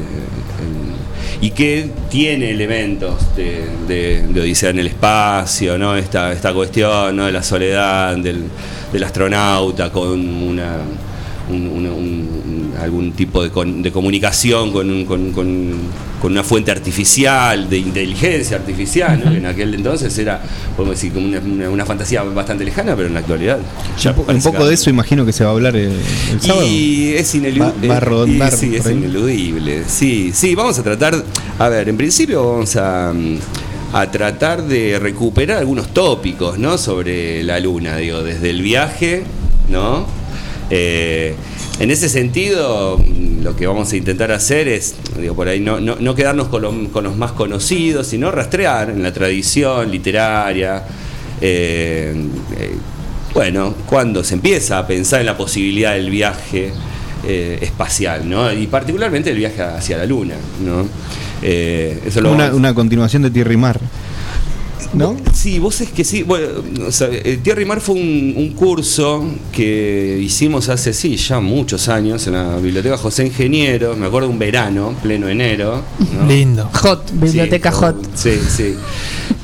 y que tiene elementos de Odisea en el espacio, ¿no? Esta cuestión, ¿no? De la soledad del astronauta con algún tipo de comunicación con una fuente artificial, de inteligencia artificial, ¿no? Que en aquel entonces era, podemos decir, como una fantasía bastante lejana, pero en la actualidad ya un poco de eso imagino que se va a hablar el sábado. Y es ineludible. Va a rondar. Sí, es ineludible. Sí, vamos a tratar, a ver, en principio vamos a tratar de recuperar algunos tópicos, ¿no? Sobre la luna, digo, desde el viaje, ¿no? En ese sentido, lo que vamos a intentar hacer es, digo, por ahí no quedarnos con los más conocidos, sino rastrear en la tradición literaria. Bueno, cuando se empieza a pensar en la posibilidad del viaje espacial, ¿no? Y particularmente el viaje hacia la luna, ¿no? Eso una continuación de Tierra y Mar, ¿no? Sí, vos es que sí. Bueno, o sea, Tierra y Mar fue un curso que hicimos hace ya muchos años en la Biblioteca José Ingeniero. Me acuerdo de un verano, pleno enero, ¿no? Lindo. Biblioteca Hot. Sí.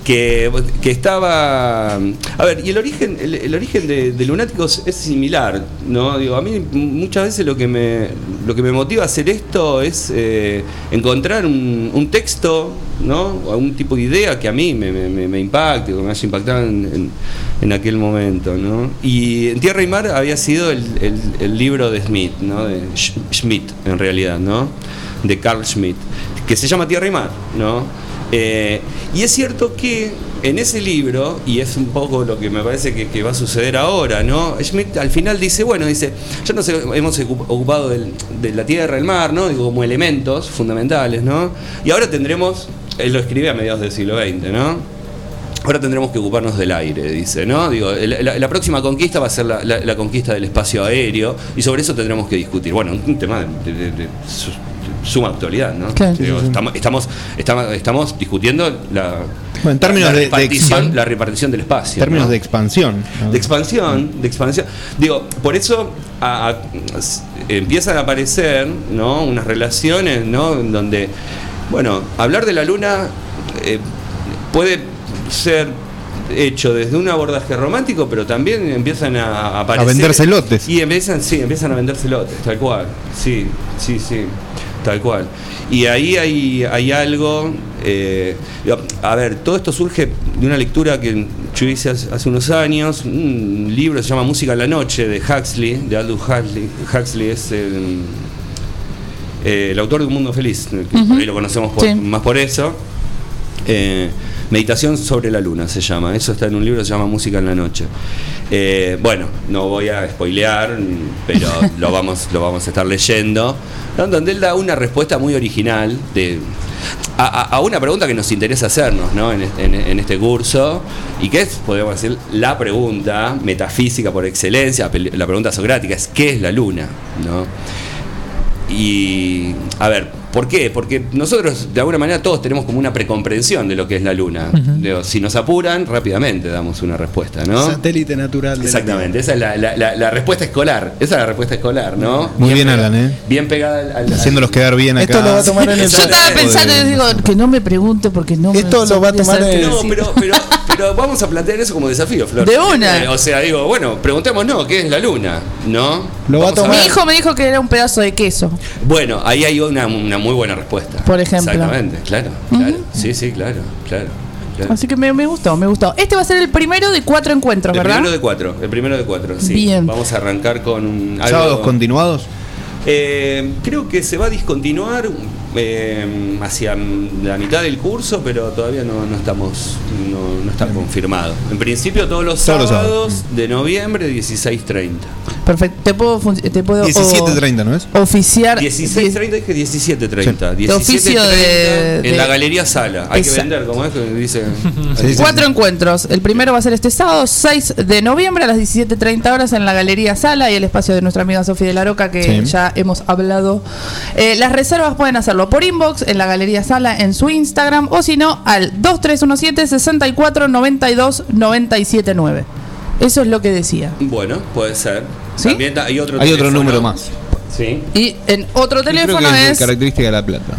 que estaba. A ver, y el origen de Lunáticos es similar, ¿no? Digo, a mí muchas veces lo que me motiva a hacer esto es encontrar un texto, ¿no? O algún tipo de idea que a mí me impacte, que me haya impactado en aquel momento, ¿no? Y En Tierra y Mar había sido el libro de Smith, ¿no? De Schmidt, en realidad, ¿no? De Carl Schmitt, que se llama Tierra y Mar, ¿no? Y es cierto que en ese libro, y es un poco lo que me parece que va a suceder ahora, ¿no? Schmitt al final dice, ya nos hemos ocupado de la tierra, el mar, ¿no? Digo, como elementos fundamentales, ¿no? Y ahora tendremos, él lo escribe a mediados del siglo XX, ¿no? Ahora tendremos que ocuparnos del aire, dice, ¿no? Digo, la próxima conquista va a ser la conquista del espacio aéreo, y sobre eso tendremos que discutir. Bueno, un tema de suma actualidad, ¿no? Claro. Digo, estamos discutiendo en términos la repartición del espacio. En términos, ¿no?, de expansión, ¿no? De expansión. Digo, por eso empiezan a aparecer, ¿no?, unas relaciones, ¿no?, en donde, hablar de la Luna puede ser hecho desde un abordaje romántico, pero también empiezan a aparecer, a venderse lotes. Y empiezan a venderse lotes, tal cual. Sí. Tal cual. Y ahí hay algo. A ver, todo esto surge de una lectura que yo hice hace unos años. Un libro que se llama Música en la Noche, de Huxley, de Aldous Huxley. Huxley es el autor de Un Mundo Feliz. Por ahí lo conocemos más por eso. Meditación sobre la Luna se llama. Eso está en un libro que se llama Música en la Noche. No voy a spoilear, pero lo vamos a estar leyendo, donde él da una respuesta muy original a una pregunta que nos interesa hacernos, ¿no?, en este curso, y que es, podemos decir, la pregunta metafísica por excelencia, la pregunta socrática es ¿qué es la Luna?, ¿no? Y, a ver, ¿por qué? Porque nosotros, de alguna manera, todos tenemos como una precomprensión de lo que es la Luna. Uh-huh. Si nos apuran, rápidamente damos una respuesta, ¿no? Satélite natural. Exactamente, esa es la respuesta escolar. Esa es la respuesta escolar, ¿no? Muy bien, Alan, bien pegada al haciéndolos quedar bien acá. Esto lo va a tomar en el... Yo estaba pensando y digo, que no me pregunte porque no me... Esto lo va a tomar en el... No, pero vamos a plantear eso como desafío, Flor. De una. O sea, digo, preguntémonos, ¿qué es la Luna? ¿No? Lo va a tomar. Mi hijo me dijo que era un pedazo de queso. Bueno, ahí hay una muy buena respuesta. Por ejemplo. Exactamente, claro. Sí, claro. Así que me gustó. Este va a ser el primero de 4 encuentros, ¿verdad? El primero de cuatro, sí. Bien. Vamos a arrancar con algo... ¿Sábados continuados? Creo que se va a discontinuar hacia la mitad del curso, pero todavía no está confirmado. En principio todos los sábados de noviembre, 16:30. Perfecto. Te puedo 17:30, ¿no es? Oficiar 16:30, es que 17:30. Sí. 17:30 en la Galería Sala. Hay que vender, como es que dice. 4 encuentros. El primero va a ser este sábado, 6 de noviembre a las 17:30 horas en la Galería Sala y el espacio de nuestra amiga Sofía de la Roca, que ya hemos hablado. Las reservas pueden hacerlo por inbox en la Galería Sala en su Instagram, o si no al 2317 64 92 979. Eso es lo que decía. Bueno, puede ser. ¿Sí? También hay otro número más. Sí. Y en otro teléfono creo que es Característica de La Plata.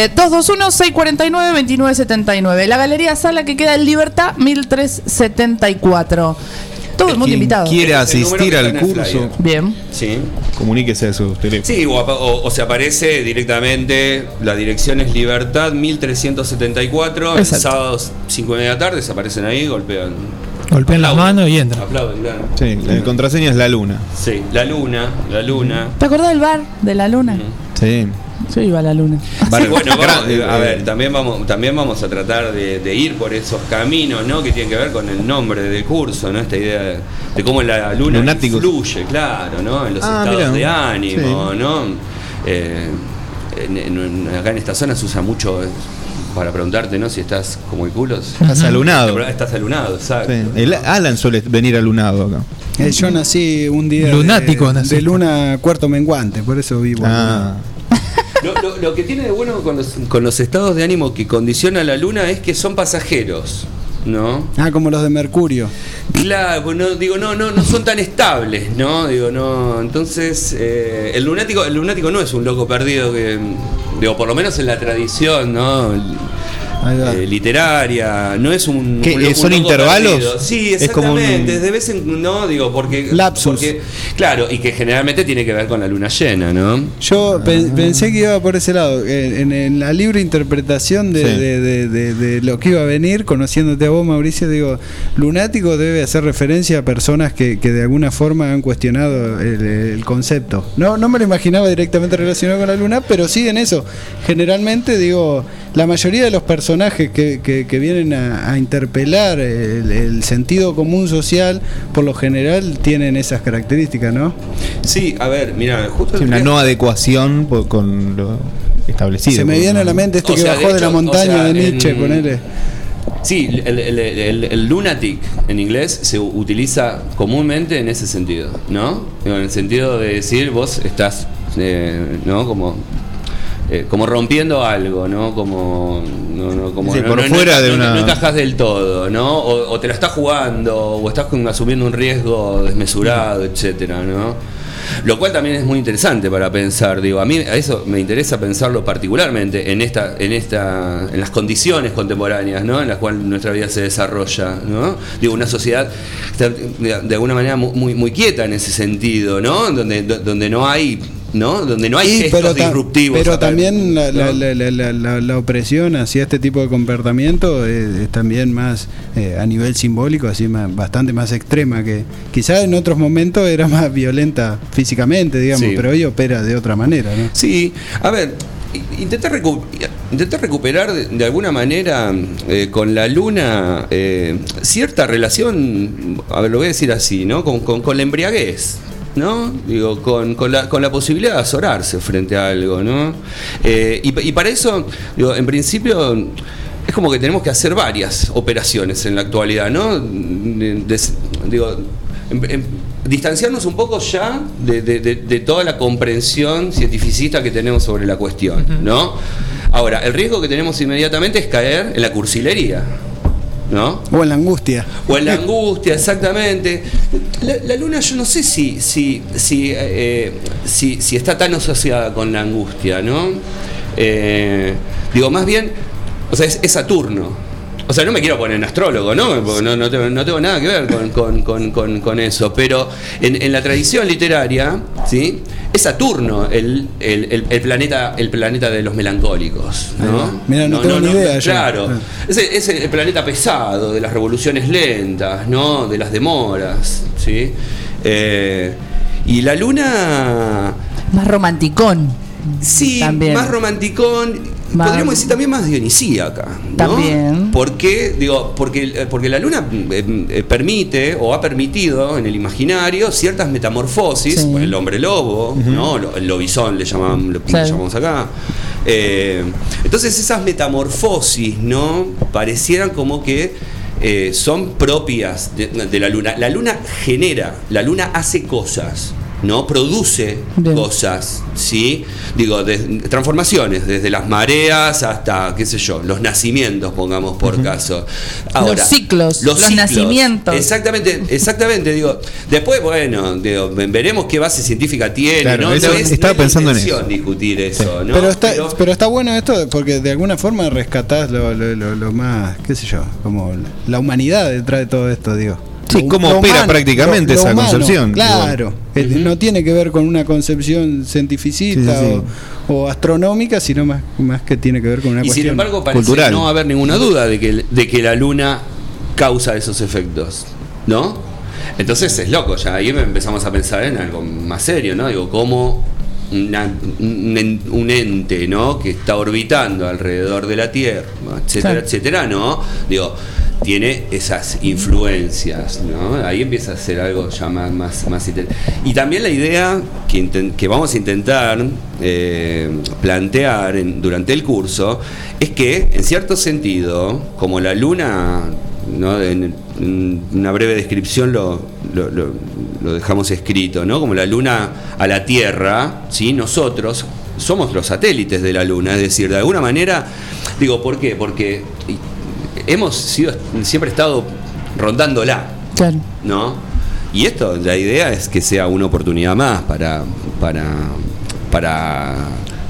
221-649-2979. La Galería Sala, que queda en Libertad 1374. Todo el mundo invitado. Quiere asistir al curso. Bien. Sí. Comuníquese a su teléfono. Sí, o se aparece directamente. La dirección es Libertad 1374. El sábado 5:30 de la tarde se aparecen ahí, golpean las manos y entran. Aplauden, claro. Sí, la contraseña es La Luna. Sí, La Luna. ¿Te acordás del bar de La Luna? Sí. Yo iba a La Luna. Sí, bueno, a ver, también vamos a tratar de ir por esos caminos, ¿no?, que tienen que ver con el nombre del curso, ¿no? Esta idea de cómo la Luna Lunáticos. influye, claro, ¿no?, en los estados de ánimo, sí, ¿no? Acá en esta zona se usa mucho para preguntarte, ¿no?, si estás como el culo. Estás alunado. Estás alunado, exacto. Sí. El Alan suele venir alunado acá. Yo nací un día lunático, de luna cuarto menguante, por eso vivo. Lo que tiene de bueno con los estados de ánimo que condiciona la Luna es que son pasajeros, ¿no? Como los de Mercurio. Claro, pues no son tan estables, ¿no? Entonces el lunático no es un loco perdido que, por lo menos en la tradición, ¿no? literaria, no es un... ¿Son intervalos? Perdido. Sí, exactamente, es como de vez en no, digo, porque... Lapsus. Claro, y que generalmente tiene que ver con la luna llena, ¿no? Yo pensé que iba por ese lado, en la libre interpretación de lo que iba a venir, conociéndote a vos, Mauricio, digo, lunático debe hacer referencia a personas que de alguna forma han cuestionado el concepto. No me lo imaginaba directamente relacionado con la luna, pero sí en eso. Generalmente, digo, la mayoría de los personajes que vienen a interpelar el sentido común social, por lo general tienen esas características, ¿no? Sí, a ver, mira, justo una no adecuación con lo establecido. Se me viene a la mente esto que bajó de la montaña de Nietzsche, ponele. Sí, el lunatic en inglés se utiliza comúnmente en ese sentido, ¿no? En el sentido de decir, vos estás, ¿no? Como rompiendo algo, ¿no? Como sí, por fuera de una... no encajas del todo, ¿no? O te la estás jugando, o estás asumiendo un riesgo desmesurado, etcétera, ¿no? Lo cual también es muy interesante para pensar, digo, a mí a eso me interesa pensarlo particularmente en las condiciones contemporáneas, ¿no? En las cuales nuestra vida se desarrolla, ¿no? Digo, una sociedad de alguna manera muy quieta en ese sentido, ¿no? Donde no hay, ¿no? Donde no hay gestos disruptivos. Pero también la opresión hacia este tipo de comportamiento es también más a nivel simbólico, así bastante más extrema, que quizás en otros momentos era más violenta físicamente, digamos, pero hoy opera de otra manera, ¿no? Sí, a ver, intentar recuperar de alguna manera con la luna cierta relación, a ver, lo voy a decir así, ¿no? Con la embriaguez, ¿no? Digo, con la posibilidad de azorarse frente a algo, ¿no? Y para eso, digo, en principio es como que tenemos que hacer varias operaciones en la actualidad, ¿no? Distanciarnos un poco ya de toda la comprensión cientificista que tenemos sobre la cuestión, ¿no? Ahora, el riesgo que tenemos inmediatamente es caer en la cursilería, ¿no? O en la angustia. O en la angustia, exactamente. La luna, yo no sé si está tan asociada con la angustia, ¿no? Digo, más bien, o sea, es Saturno. O sea, no me quiero poner en astrólogo, ¿no? Porque no tengo nada que ver con eso. Pero en la tradición literaria, ¿sí? Es Saturno el planeta de los melancólicos, ¿no? Mira, no tengo ni idea. Claro. Es el planeta pesado, de las revoluciones lentas, ¿no? De las demoras, ¿sí? Y la luna... Más romanticón. Sí, también. Más romanticón. Podríamos decir también más dionisíaca, ¿no? También. ¿Por qué? Digo, porque la luna permite o ha permitido en el imaginario ciertas metamorfosis, sí. El hombre lobo, ¿no? El lobizón le llamamos acá. Entonces esas metamorfosis, ¿no? Parecieran como que son propias de la luna. La luna genera, la luna hace cosas, ¿no? Produce cosas, ¿sí? Digo, transformaciones, desde las mareas hasta, qué sé yo, los nacimientos, pongamos por caso. Ahora, los ciclos, los nacimientos. Exactamente, digo. Después, bueno, veremos qué base científica tiene, claro, ¿no? Estaba pensando en eso. Discutir eso, ¿no? Pero está bueno esto porque de alguna forma rescatás lo más, qué sé yo, como la humanidad detrás de todo esto, digo. Sí, cómo opera prácticamente esa concepción. Claro, no tiene que ver con una concepción cientificista o astronómica, sino más que tiene que ver con una cuestión cultural. Y sin embargo parece cultural. No haber ninguna duda de que la luna causa esos efectos, ¿no? Entonces es loco, ya ahí empezamos a pensar en algo más serio, ¿no? Digo, cómo un ente, ¿no? Que está orbitando alrededor de la Tierra, etcétera, etcétera, ¿no? Digo, tiene esas influencias, ¿no? Ahí empieza a ser algo ya más y también la idea que vamos a intentar plantear durante el curso es que, en cierto sentido, como la luna, ¿no? En una breve descripción lo dejamos escrito, ¿no? Como la luna a la Tierra, ¿sí? Nosotros somos los satélites de la luna, es decir, de alguna manera, digo, ¿por qué? Porque hemos siempre estado rondándola, claro, ¿no? Y esto, la idea es que sea una oportunidad más para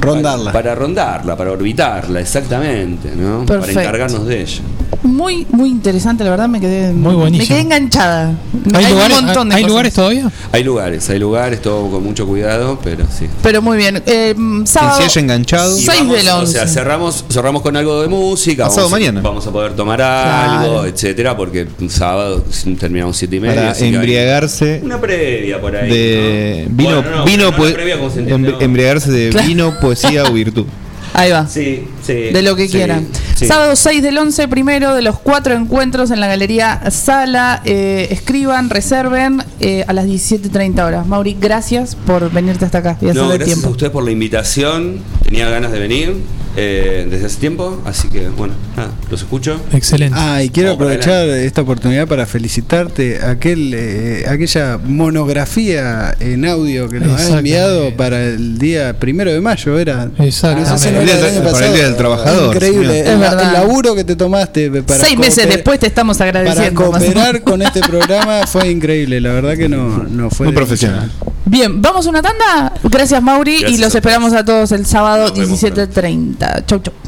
rondarla. Para rondarla, para orbitarla, exactamente, ¿no? Para Perfecto. encargarnos de ella. Muy, muy interesante, la verdad me quedé Muy buenísimo. Me quedé enganchada. ¿Hay lugares, un montón de ¿hay cosas. lugares todavía? Hay lugares, todo con mucho cuidado, pero sí. Pero muy bien. Sábado Quien se haya enganchado. Y 6 vamos, del 11. O sea, cerramos con algo de música. Pasado mañana. Vamos a poder tomar algo, Claro. etcétera, porque un sábado terminamos 7:30. Para así que hay embriagarse una previa por ahí. de ¿no? vino, Bueno, no, vino pero no pues, una previa como se entiende, ¿no? embriagarse de Claro. vino, poesía o virtud. Ahí va. Sí, sí. De lo que sí, quieran. sí. Sábado 6 del 11, primero de los 4 encuentros en la Galería Sala. Escriban, reserven a las 17:30 horas. Mauri, gracias por venirte hasta acá y No, hacerle gracias tiempo. a ustedes por la invitación. Tenía ganas de venir desde hace tiempo, así que bueno, nada, los escucho. Excelente. Y quiero Vamos para aprovechar esta oportunidad para felicitarte. Aquella monografía en audio que nos has Exactamente. enviado para el día 1 de mayo, ¿era? Exactamente. No sé si no El era día el año para el pasado. Día del Trabajador, Increíble. señor. Es verdad. El laburo que te tomaste para 6 meses cooperar- después te estamos para agradeciendo. cooperar con este programa fue increíble. La verdad que no fue Muy de- profesional. Bien, vamos a una tanda. Gracias, Mauri. Gracias y los a esperamos a todos el sábado Nos vemos 17:30. Chau, chau.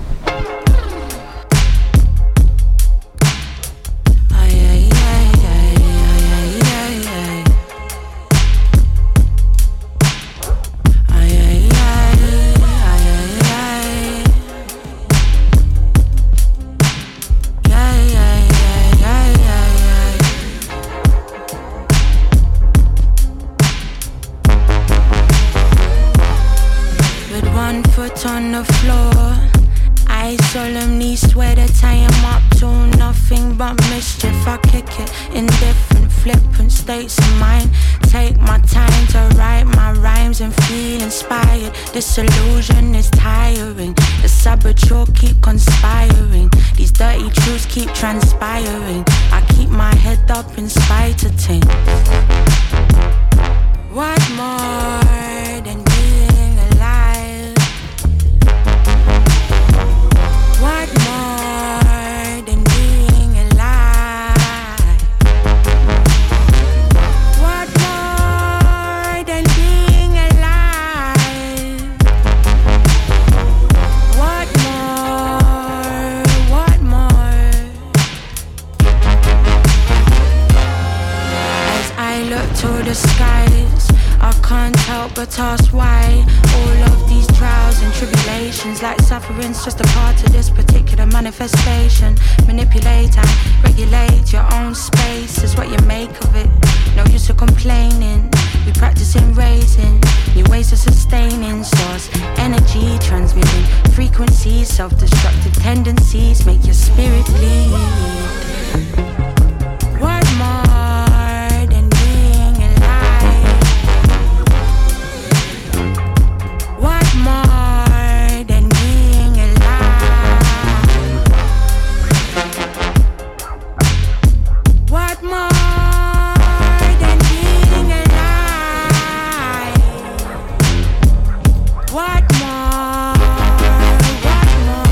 With one foot on the floor, I solemnly swear that I am up to nothing but mischief. I kick it in different flippant states of mind. Take my time to write my rhymes and feel inspired. Disillusion is tiring. The saboteur keep conspiring. These dirty truths keep transpiring. I keep my head up in spite of things. What more than being alive? What more than being alive? What more than being alive? What more? What more? As I look to the skies, I can't help but ask why all of these trials and tribulations, like suffering's just a part of this particular manifestation. Manipulate and regulate your own space is what you make of it. No use of complaining. We practicing raising new ways of sustaining source energy, transmitting frequencies, self-destructive tendencies make your spirit bleed. What more than being alive? What more than being alive? What more than being alive? What more? What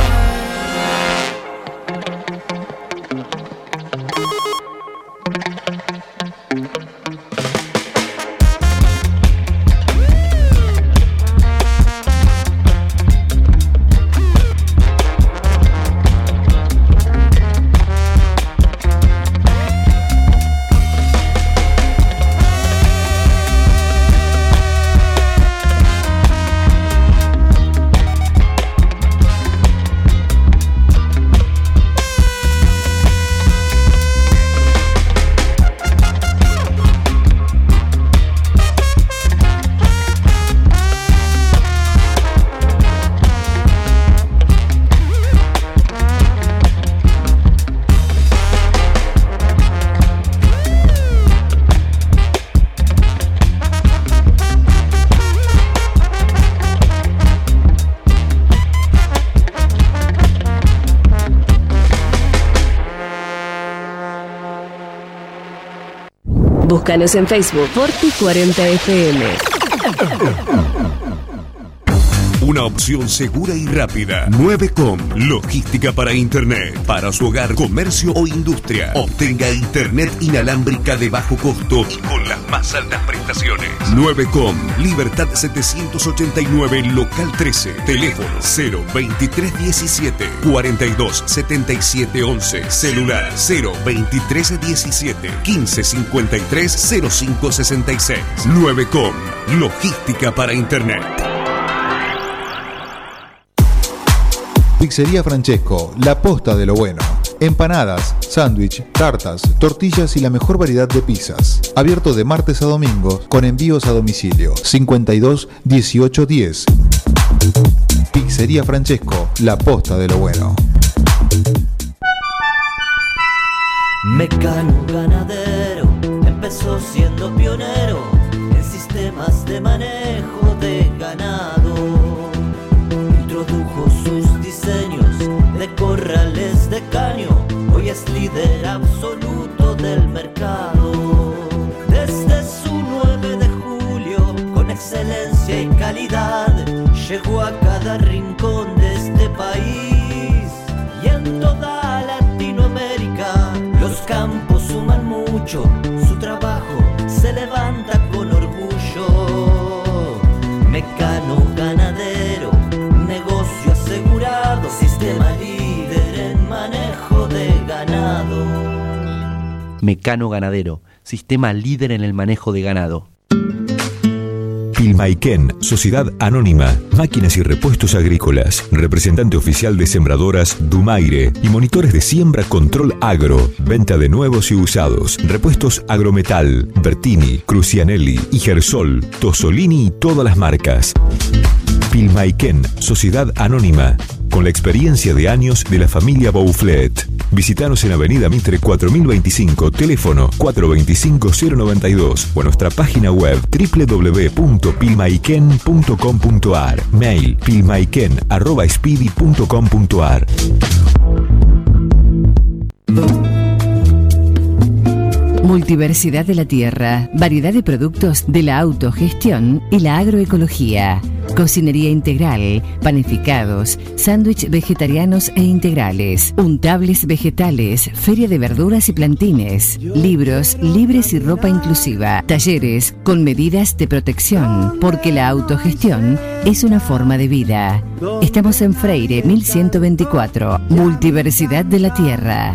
Búscanos en Facebook, Forti40FM. Una opción segura y rápida. 9com. Logística para Internet. Para su hogar, comercio o industria. Obtenga Internet inalámbrica de bajo costo y con las más altas prestaciones. 9Com, Libertad 789, local 13. Teléfono 02317 427711. Celular 02317 1553 0566. 9Com, logística para Internet. Pizzería Francesco, la posta de lo bueno. Empanadas, sándwich, tartas, tortillas y la mejor variedad de pizzas. Abierto de martes a domingos con envíos a domicilio. 52 18 10. Pizzería Francesco, la posta de lo bueno. Mecano ganadero empezó siendo pionero en sistemas de manejo de ganado. Introdujo sus diseños de corrales de caño, hoy es líder absoluto del mercado. Desde su 9 de julio, con excelencia y calidad, llegó a cada rincón de este país. Y en toda Latinoamérica, los campos suman mucho, su trabajo se levanta con orgullo. Mecano ganadero, negocio asegurado, sistema líder en manejo de ganado. Mecano ganadero, sistema líder en el manejo de ganado. Pilmaiken, Sociedad Anónima, Máquinas y Repuestos Agrícolas, representante oficial de sembradoras Dumaire y monitores de siembra Control Agro, venta de nuevos y usados, repuestos Agrometal, Bertini, Crucianelli, Igersol, Tosolini y todas las marcas. Pilmaiken, Sociedad Anónima, con la experiencia de años de la familia Bouflet. Visítanos en Avenida Mitre 4025, teléfono 425-092 o en nuestra página web www.pilmaiken.com.ar, mail pilmaiken@speedy.com.ar. Multiversidad de la tierra, variedad de productos de la autogestión y la agroecología. Cocinería integral, panificados, sándwich vegetarianos e integrales, untables vegetales, feria de verduras y plantines, libros, libres y ropa inclusiva, talleres con medidas de protección, porque la autogestión es una forma de vida. Estamos en Freire 1124, Multiversidad de la tierra.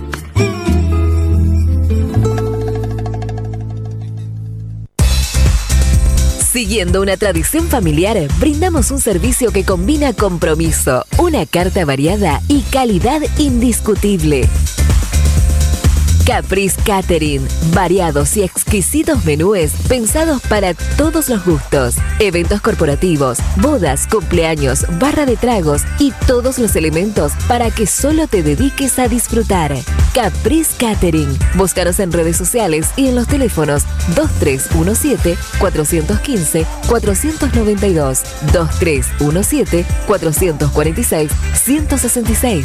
Siguiendo una tradición familiar, brindamos un servicio que combina compromiso, una carta variada y calidad indiscutible. Caprice Catering, variados y exquisitos menúes pensados para todos los gustos. Eventos corporativos, bodas, cumpleaños, barra de tragos y todos los elementos para que solo te dediques a disfrutar. Caprice Catering. Búscanos en redes sociales y en los teléfonos 2317-415-492, 2317-446-166.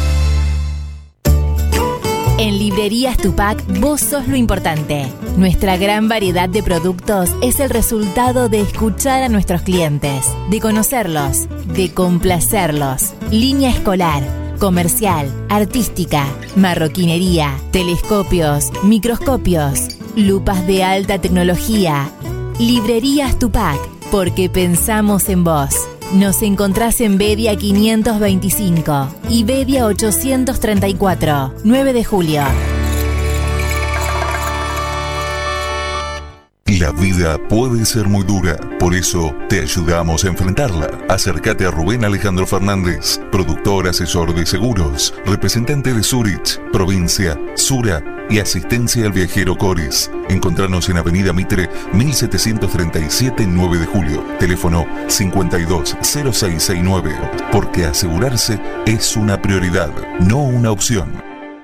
En Librerías Tupac, vos sos lo importante. Nuestra gran variedad de productos es el resultado de escuchar a nuestros clientes, de conocerlos, de complacerlos. Línea escolar, comercial, artística, marroquinería, telescopios, microscopios, lupas de alta tecnología. Librerías Tupac, porque pensamos en vos. Nos encontrás en Bedia 525 y Bedia 834, 9 de julio. La vida puede ser muy dura, por eso te ayudamos a enfrentarla. Acércate a Rubén Alejandro Fernández, productor asesor de seguros, representante de Zurich, provincia, Sura y asistencia al viajero Cores. Encontranos en Avenida Mitre 1737, 9 de julio. Teléfono 520669. Porque asegurarse es una prioridad, no una opción.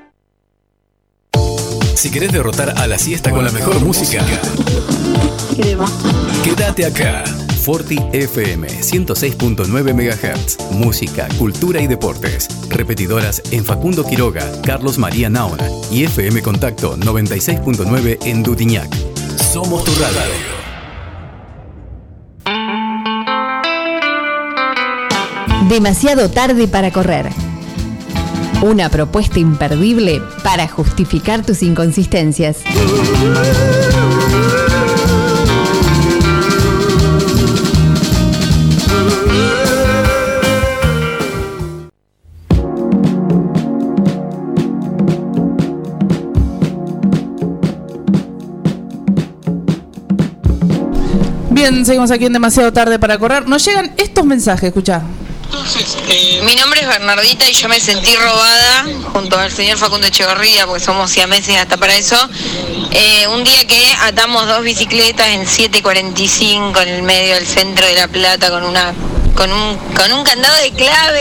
Si querés derrotar a la siesta con la mejor música, quédate acá. Forti FM 106.9 MHz. Música, cultura y deportes. Repetidoras en Facundo Quiroga, Carlos María Naona y FM Contacto 96.9 en Dutiñac. Somos tu radio. Demasiado tarde para correr. Una propuesta imperdible para justificar tus inconsistencias. Bien, seguimos aquí en Demasiado Tarde para Correr. Nos llegan estos mensajes, escuchá. Mi nombre es Bernardita y yo me sentí robada junto al señor Facundo Echeverría, porque somos siameses hasta para eso. Un día que atamos 2 bicicletas en 7:45 en el medio del centro de La Plata con un candado de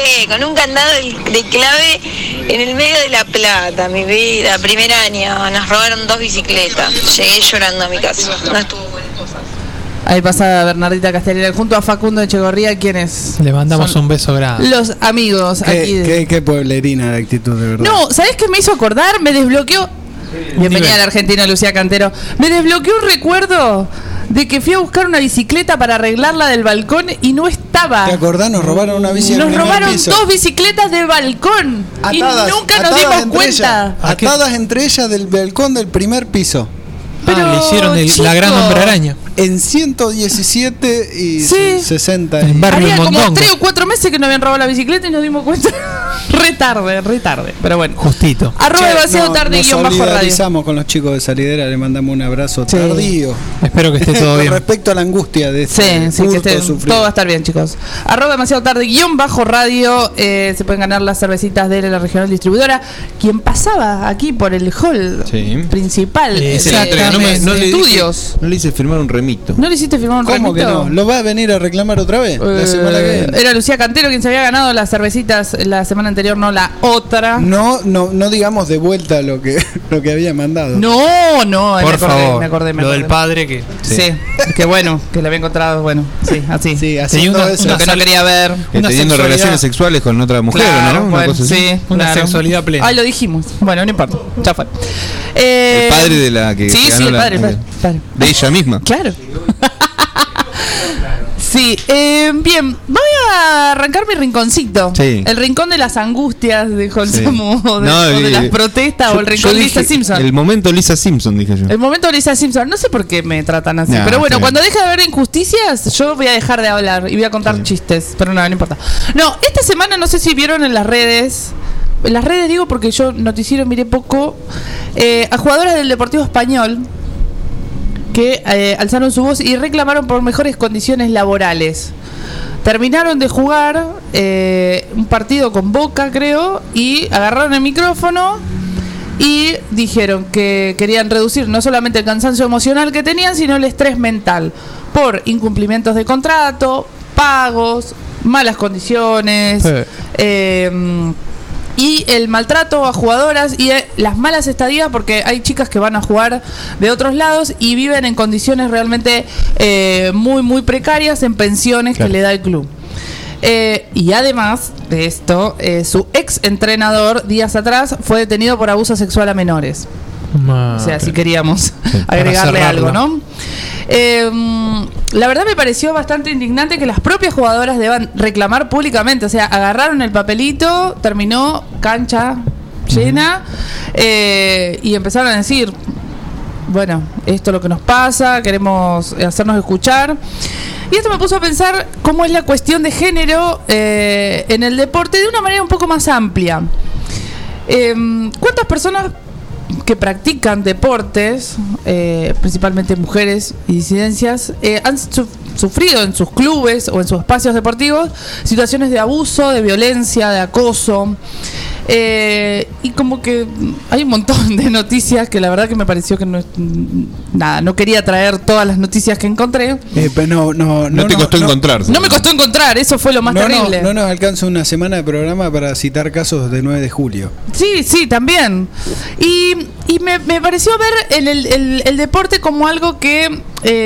clave en el medio de La Plata, mi vida, primer año, nos robaron 2 bicicletas. Llegué llorando a mi casa, no estuvo buena cosa. Ahí pasa Bernardita Castellera junto a Facundo Echeverría, quienes le mandamos un beso grande. Los amigos aquí. Qué pueblerina la actitud, de verdad. No, ¿sabés qué me hizo acordar? Me desbloqueó. Bienvenida a la Argentina, Lucía Cantero. Me desbloqueó un recuerdo de que fui a buscar una bicicleta para arreglarla del balcón y no estaba. ¿Te acordás? Nos robaron una bici. Nos robaron 2 bicicletas del balcón atadas, y nunca nos dimos cuenta. Atadas entre ellas del balcón del primer piso. Pero le hicieron la gran hombre araña. En 117 y 60. En barrio Había como Mondongo. 3 o 4 meses que nos habían robado la bicicleta y nos dimos cuenta. re tarde. Pero bueno. Justito. Arroba demasiado tarde guión bajo radio. Nos solidarizamos con los chicos de Salidera. Le mandamos un abrazo tardío. Espero que esté todo bien. Con respecto a la angustia de este todo va a estar bien, chicos. Arroba demasiado tarde guión bajo radio. Se pueden ganar las cervecitas de la regional distribuidora. Quien pasaba aquí por el hall principal de estudios. No le hice firmar un remito. ¿No le hiciste firmar un remito? ¿Cómo que no? ¿Lo va a venir a reclamar otra vez? La semana que viene. Era Lucía Cantero quien se había ganado las cervecitas la semana anterior, no la otra. No digamos de vuelta lo que había mandado. No, por favor. Me acordé. Lo del padre que. Sí, que bueno, que le había encontrado, bueno, sí, así. Sí, haciendo lo que no quería ver. Teniendo relaciones sexuales con otra mujer, claro, ¿no? Una bueno, cosa así. sí, una sexualidad plena. Ahí lo dijimos. Bueno, no importa. Ya fue. El padre de la que. Sí, ganó el padre. De ella misma. Claro. Sí, bien, voy a arrancar mi rinconcito. Sí. El rincón de las angustias de Consumo, sí. o de las protestas, o el rincón de Lisa Simpson. El momento Lisa Simpson, dije yo. El momento de Lisa Simpson, no sé por qué me tratan así, Nah, pero bueno, cuando deje de haber injusticias, yo voy a dejar de hablar y voy a contar chistes, pero no importa. No, esta semana no sé si vieron en las redes digo porque yo noticiero miré poco, a jugadoras del Deportivo Español que alzaron su voz y reclamaron por mejores condiciones laborales. Terminaron de jugar un partido con Boca, creo, y agarraron el micrófono y dijeron que querían reducir no solamente el cansancio emocional que tenían, sino el estrés mental por incumplimientos de contrato, pagos, malas condiciones, y el maltrato a jugadoras y las malas estadías, porque hay chicas que van a jugar de otros lados y viven en condiciones realmente muy, muy precarias en pensiones que le da el club. Y además de esto, su ex entrenador días atrás fue detenido por abuso sexual a menores. O sea, si queríamos agregarle algo, ¿no? La verdad me pareció bastante indignante que las propias jugadoras deban reclamar públicamente. O sea, agarraron el papelito, terminó cancha llena, y empezaron a decir, bueno, esto es lo que nos pasa, queremos hacernos escuchar. Y esto me puso a pensar cómo es la cuestión de género en el deporte de una manera un poco más amplia. ¿Cuántas personas que practican deportes, principalmente mujeres y disidencias, han sufrido en sus clubes o en sus espacios deportivos situaciones de abuso, de violencia, de acoso? Y como que hay un montón de noticias que la verdad que me pareció que no quería traer todas las noticias que encontré. Pero no te costó encontrar. No me costó encontrar, eso fue lo más terrible. No nos alcanza una semana de programa para citar casos de 9 de julio. Sí, también. Y me pareció ver el deporte como algo que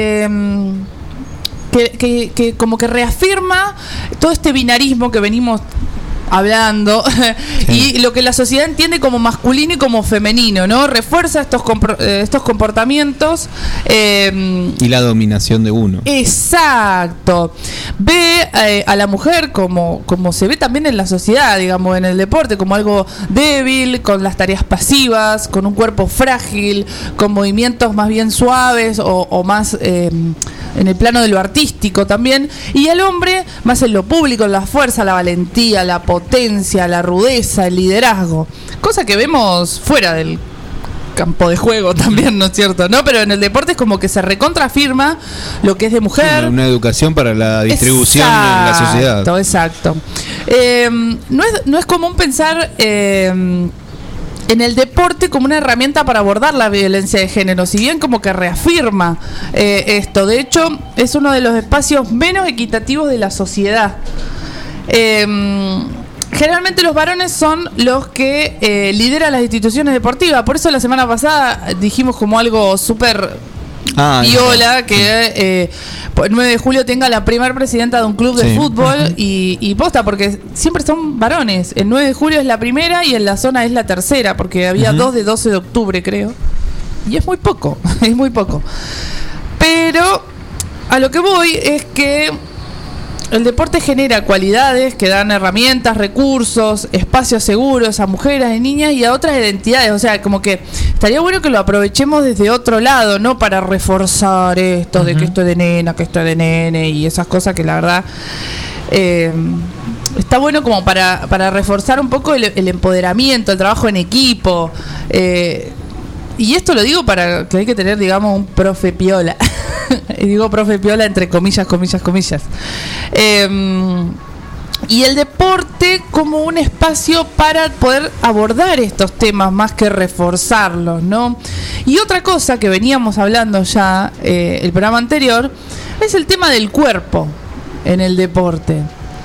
como que reafirma todo este binarismo que venimos hablando, y lo que la sociedad entiende como masculino y como femenino, ¿no? Refuerza estos comportamientos y la dominación de uno. Exacto. Ve a la mujer como se ve también en la sociedad, digamos, en el deporte, como algo débil, con las tareas pasivas, con un cuerpo frágil, con movimientos más bien suaves o más en el plano de lo artístico también, y al hombre más en lo público, en la fuerza, la valentía, la potencia, la rudeza, el liderazgo, cosa que vemos fuera del campo de juego también, ¿no es cierto? No, pero en el deporte es como que se recontrafirma lo que es de mujer. Una educación para la distribución en la sociedad. Exacto. No es común pensar en el deporte como una herramienta para abordar la violencia de género, si bien como que reafirma esto. De hecho, es uno de los espacios menos equitativos de la sociedad. Generalmente los varones son los que lideran las instituciones deportivas. Por eso la semana pasada dijimos como algo súper viola que el 9 de julio tenga la primer presidenta de un club de fútbol y posta, porque siempre son varones. El 9 de julio es la primera y en la zona es la tercera, porque había dos de 12 de octubre, creo. Y es muy poco, es muy poco. Pero a lo que voy es que el deporte genera cualidades que dan herramientas, recursos, espacios seguros a mujeres y niñas y a otras identidades. O sea, como que estaría bueno que lo aprovechemos desde otro lado, no para reforzar esto de que esto es de nena, que esto es de nene y esas cosas que la verdad está bueno como para reforzar un poco el empoderamiento, el trabajo en equipo. Y esto lo digo para que hay que tener, digamos, un profe piola. Y digo profe piola entre comillas, comillas, comillas. Y el deporte como un espacio para poder abordar estos temas más que reforzarlos, ¿no? Y otra cosa que veníamos hablando ya el programa anterior es el tema del cuerpo en el deporte.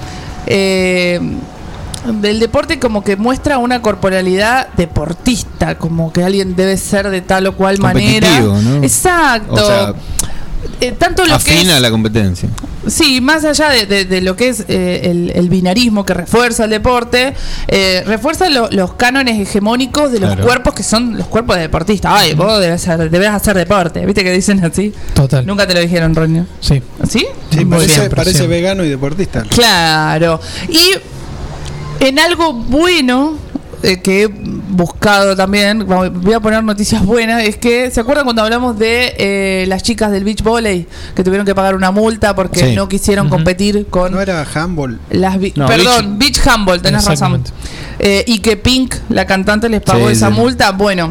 Del deporte como que muestra una corporalidad deportista, como que alguien debe ser de tal o cual manera, ¿no? Exacto. O sea, tanto lo afina que es, la competencia. Sí, más allá de lo que es el binarismo que refuerza el deporte, refuerza los cánones hegemónicos de los cuerpos que son los cuerpos de deportistas. Ay, vos debes hacer deporte, ¿viste que dicen así? Total. Nunca te lo dijeron, Roño. Sí. ¿Sí? Sí, parece vegano y deportista. Claro. Y en algo bueno que he buscado también, voy a poner noticias buenas, es que, ¿se acuerdan cuando hablamos de las chicas del beach volley que tuvieron que pagar una multa porque no quisieron competir con... No era handball. Perdón, beach handball, tenés razón. Y que Pink, la cantante, les pagó esa multa. Bueno,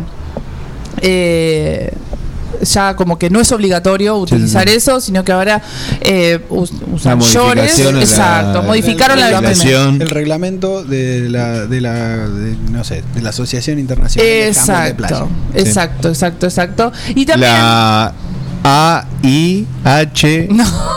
ya como que no es obligatorio utilizar eso, sino que ahora usan shorts. Exacto, modificaron la reglamentación. El reglamento de la Asociación Internacional de Handball de Playa. Exacto. Y también la AIHP.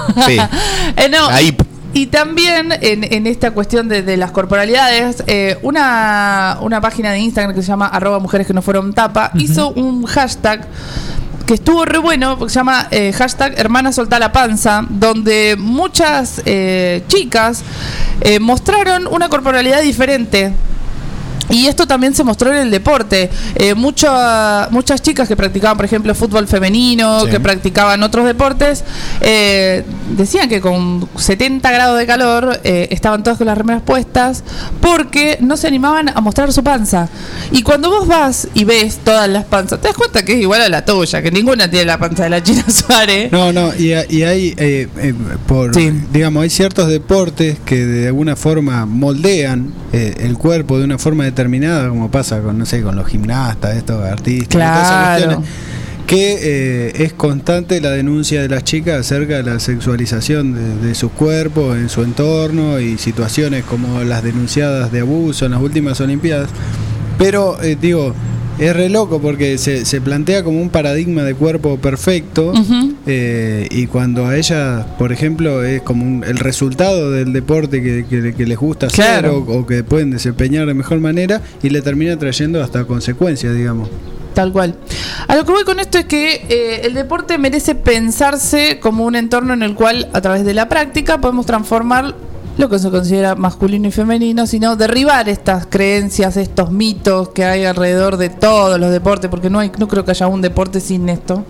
AIP. Y también en esta cuestión de las corporalidades, una página de Instagram que se llama @mujeres que no fueron tapa hizo un hashtag que estuvo re bueno, porque se llama hashtag Hermana Soltá la Panza, donde muchas chicas mostraron una corporalidad diferente. Y esto también se mostró en el deporte. Muchas chicas que practicaban, por ejemplo, fútbol femenino, que practicaban otros deportes, decían que con 70 grados de calor estaban todas con las remeras puestas porque no se animaban a mostrar su panza. Y cuando vos vas y ves todas las panzas, te das cuenta que es igual a la tuya, que ninguna tiene la panza de la China Suárez. No, y hay, digamos, hay ciertos deportes que de alguna forma moldean el cuerpo de una forma determinada, como pasa con, no sé, con los gimnastas, estos artistas, claro, que es constante la denuncia de las chicas acerca de la sexualización de sus cuerpos en su entorno y situaciones como las denunciadas de abuso en las últimas Olimpiadas. Pero es re loco porque se plantea como un paradigma de cuerpo perfecto, y cuando a ella, por ejemplo, es como el resultado del deporte que les gusta hacer, o que pueden desempeñar de mejor manera, y le termina trayendo hasta consecuencias, digamos. Tal cual. A lo que voy con esto es que el deporte merece pensarse como un entorno en el cual, a través de la práctica, podemos transformar lo que se considera masculino y femenino, sino derribar estas creencias, estos mitos que hay alrededor de todos los deportes, porque no creo que haya un deporte sin esto.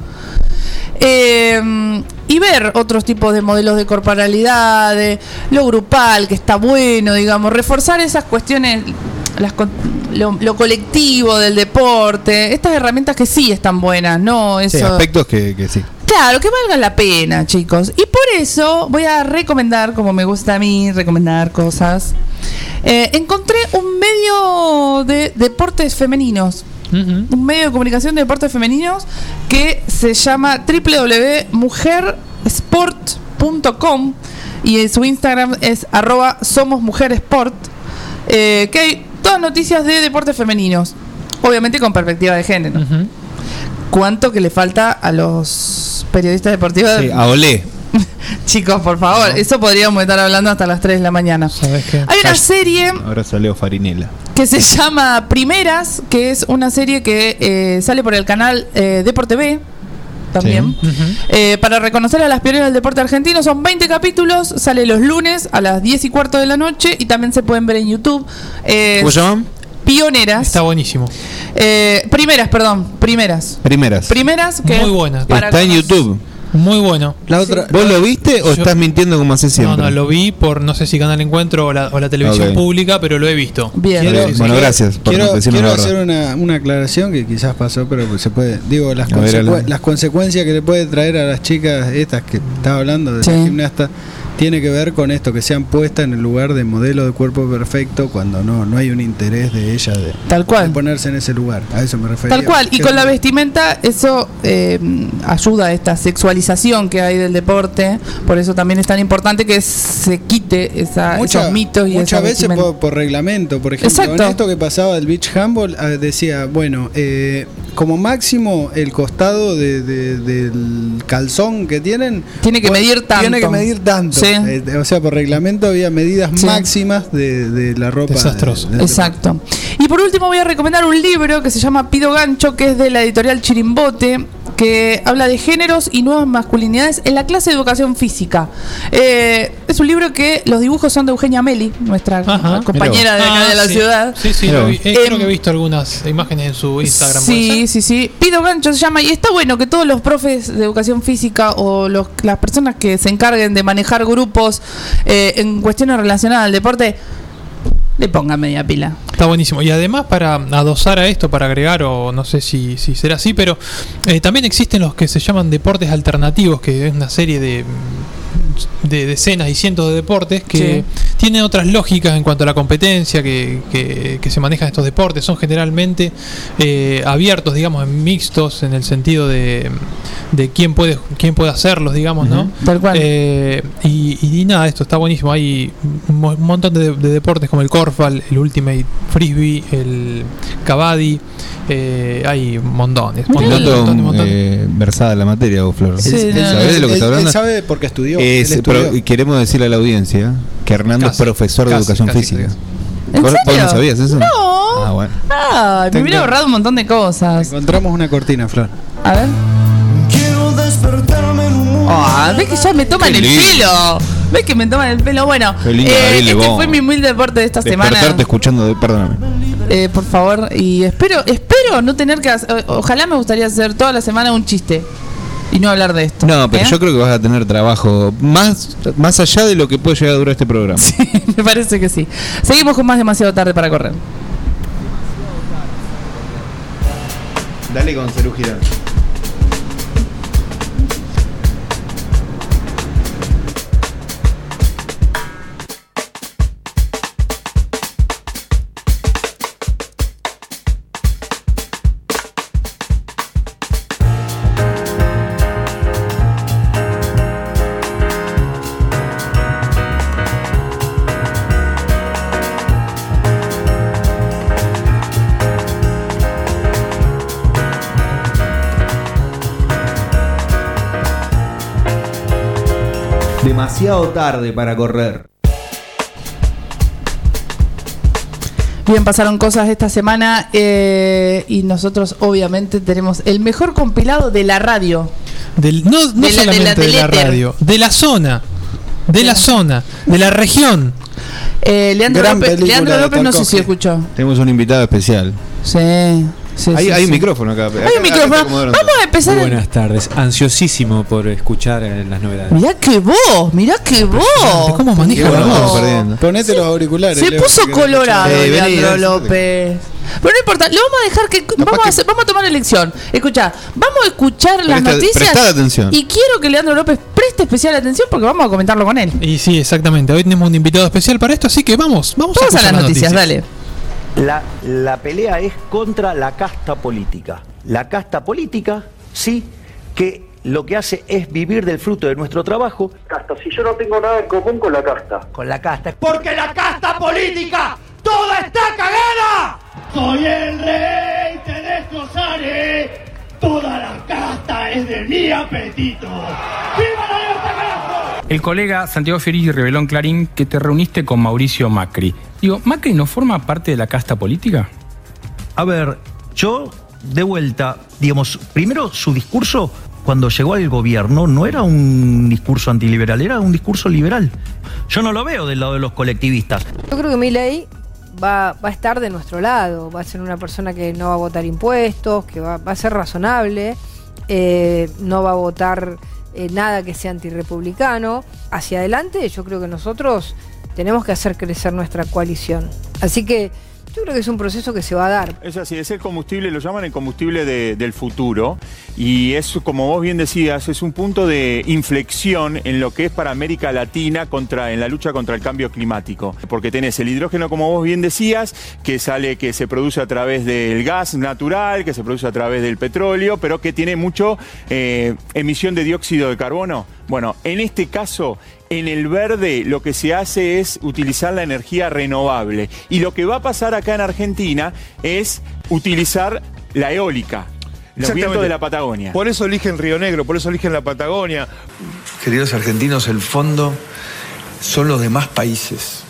Y ver otros tipos de modelos de corporalidad, lo grupal, que está bueno, digamos, reforzar esas cuestiones, lo colectivo del deporte, estas herramientas que sí están buenas, ¿no? Eso, sí, aspectos que sí. Claro, que valgan la pena, chicos. Y por eso voy a recomendar, como me gusta a mí, recomendar cosas. Encontré un medio de deportes femeninos un medio de comunicación de deportes femeninos que se llama www.mujersport.com y su Instagram es @somosmujeresport, que hay todas noticias de deportes femeninos, obviamente con perspectiva de género. ¿Cuánto que le falta a los periodistas deportivos? Sí, a Olé. Chicos, por favor, eso podríamos estar hablando hasta las 3 de la mañana. ¿Sabes qué? Hay una serie Ahora salió Farinela. que se llama Primeras, que es una serie que sale por el canal Deporte B también, para reconocer a las pioneras del deporte argentino. Son 20 capítulos, sale los lunes a las 10:15 de la noche y también se pueden ver en YouTube. ¿Cómo se llaman? Pioneras. Está buenísimo. Primeras. Primeras, que muy buena. Está en YouTube. Muy bueno. La otra, ¿vos lo viste o estás mintiendo como hace siempre? No, lo vi por no sé si Canal Encuentro o la televisión pública, pero lo he visto. Bien. Bueno, gracias por quiero decirme la verdad. hacer una aclaración que quizás pasó, pero se puede. Digo, las consecuencias que le puede traer a las chicas estas que estaba hablando de la gimnasta tiene que ver con esto, que sean puestas en el lugar de modelo de cuerpo perfecto cuando no hay un interés de ella de ponerse en ese lugar. A eso me refería. Tal cual. Y con la vestimenta eso ayuda a esta sexualización que hay del deporte. Por eso también es tan importante que se quite esos mitos y muchas veces por reglamento. Por ejemplo, en esto que pasaba del beach handball, decía, bueno, como máximo el costado del calzón que tienen tiene que medir tanto. Tiene que medir tanto. Sí. O sea, por reglamento había medidas máximas de la ropa. Desastroso. Exacto. Y por último voy a recomendar un libro que se llama Pido Gancho, que es de la editorial Chirimbote, que habla de géneros y nuevas masculinidades en la clase de educación física. Es un libro que los dibujos son de Eugenia Meli, nuestra compañera de acá de la ciudad. Sí, lo vi. Creo que he visto algunas imágenes en su Instagram. Sí. Pido Gancho se llama, y está bueno que todos los profes de educación física o las personas que se encarguen de manejar grupos en cuestiones relacionadas al deporte le pongan media pila. Está buenísimo. Y además, para adosar a esto, para agregar, o no sé si será así, pero también existen los que se llaman deportes alternativos, que es una serie de decenas y cientos de deportes que tienen otras lógicas en cuanto a la competencia que se manejan estos deportes. Son generalmente abiertos, digamos, en mixtos, en el sentido de quién puede hacerlos, digamos, ¿no? Tal cual. Y nada, esto está buenísimo. Hay un montón de deportes como el korfball, el ultimate frisbee, el kabaddi. Hay montones. Versada la materia, vos, Flor. ¿Sabés de lo que está hablando? Él sabe porque estudió. Pero queremos decirle a la audiencia que Hernando es profesor de educación física. ¿En serio? ¿Vos no sabías eso? No. Bueno. Me hubiera ahorrado un montón de cosas. Encontramos una cortina, Flor. A ver. Quiero despertarme en un mundo. ¿Ves que ya me toman el pelo? ¿Ves que me toman el pelo? Bueno, este fue mi humilde deporte de esta semana. Despertarte escuchando, perdóname. Por favor, y espero no tener que hacer, ojalá me gustaría hacer toda la semana un chiste y no hablar de esto. No, pero yo creo que vas a tener trabajo más allá de lo que puede llegar a durar este programa. Sí, me parece que sí. Seguimos con más Demasiado Tarde para Correr. Dale con Cerú Girán. Demasiado tarde para correr. Bien, pasaron cosas esta semana y nosotros obviamente tenemos el mejor compilado de la radio. No solamente de la radio, de la zona, de la región. Leandro López no sé si escuchó. Tenemos un invitado especial. Sí. Hay un micrófono acá. Hay un micrófono. Vamos a empezar. Buenas tardes. Ansiosísimo por escuchar las novedades. Mirá que vos. ¿Cómo maneja la voz? Ponete los auriculares. Se puso colorado Leandro López. Pero no importa, le vamos a dejar que vamos a tomar elección. Escuchá, vamos a escuchar las noticias. Prestad atención. Y quiero que Leandro López preste especial atención porque vamos a comentarlo con él. Y sí, exactamente. Hoy tenemos un invitado especial para esto, así que vamos a las noticias, dale. La pelea es contra la casta política. La casta política, sí, que lo que hace es vivir del fruto de nuestro trabajo. Casta, si yo no tengo nada en común con la casta. Con la casta. Porque la casta política toda está cagada. Soy el rey, te destrozaré. Toda la casta es de mi apetito. ¡Viva la libertad, carajo! El colega Santiago Fierigi reveló en Clarín que te reuniste con Mauricio Macri. Digo, ¿Macri no forma parte de la casta política? A ver, yo, de vuelta, digamos, primero su discurso, cuando llegó al gobierno, no era un discurso antiliberal, era un discurso liberal. Yo no lo veo del lado de los colectivistas. Yo creo que Milei va a estar de nuestro lado, va a ser una persona que no va a votar impuestos, que va a ser razonable, no va a votar nada que sea antirrepublicano. Hacia adelante yo creo que nosotros tenemos que hacer crecer nuestra coalición. Así que yo creo que es un proceso que se va a dar. Es así, es el combustible, lo llaman el combustible del futuro, y es, como vos bien decías, es un punto de inflexión en lo que es para América Latina en la lucha contra el cambio climático. Porque tenés el hidrógeno, como vos bien decías, que se produce a través del gas natural, que se produce a través del petróleo, pero que tiene mucho emisión de dióxido de carbono. Bueno, en este caso, en el verde lo que se hace es utilizar la energía renovable. Y lo que va a pasar acá en Argentina es utilizar la eólica, los vientos de la Patagonia. Por eso eligen Río Negro, por eso eligen la Patagonia. Queridos argentinos, el fondo son los demás países.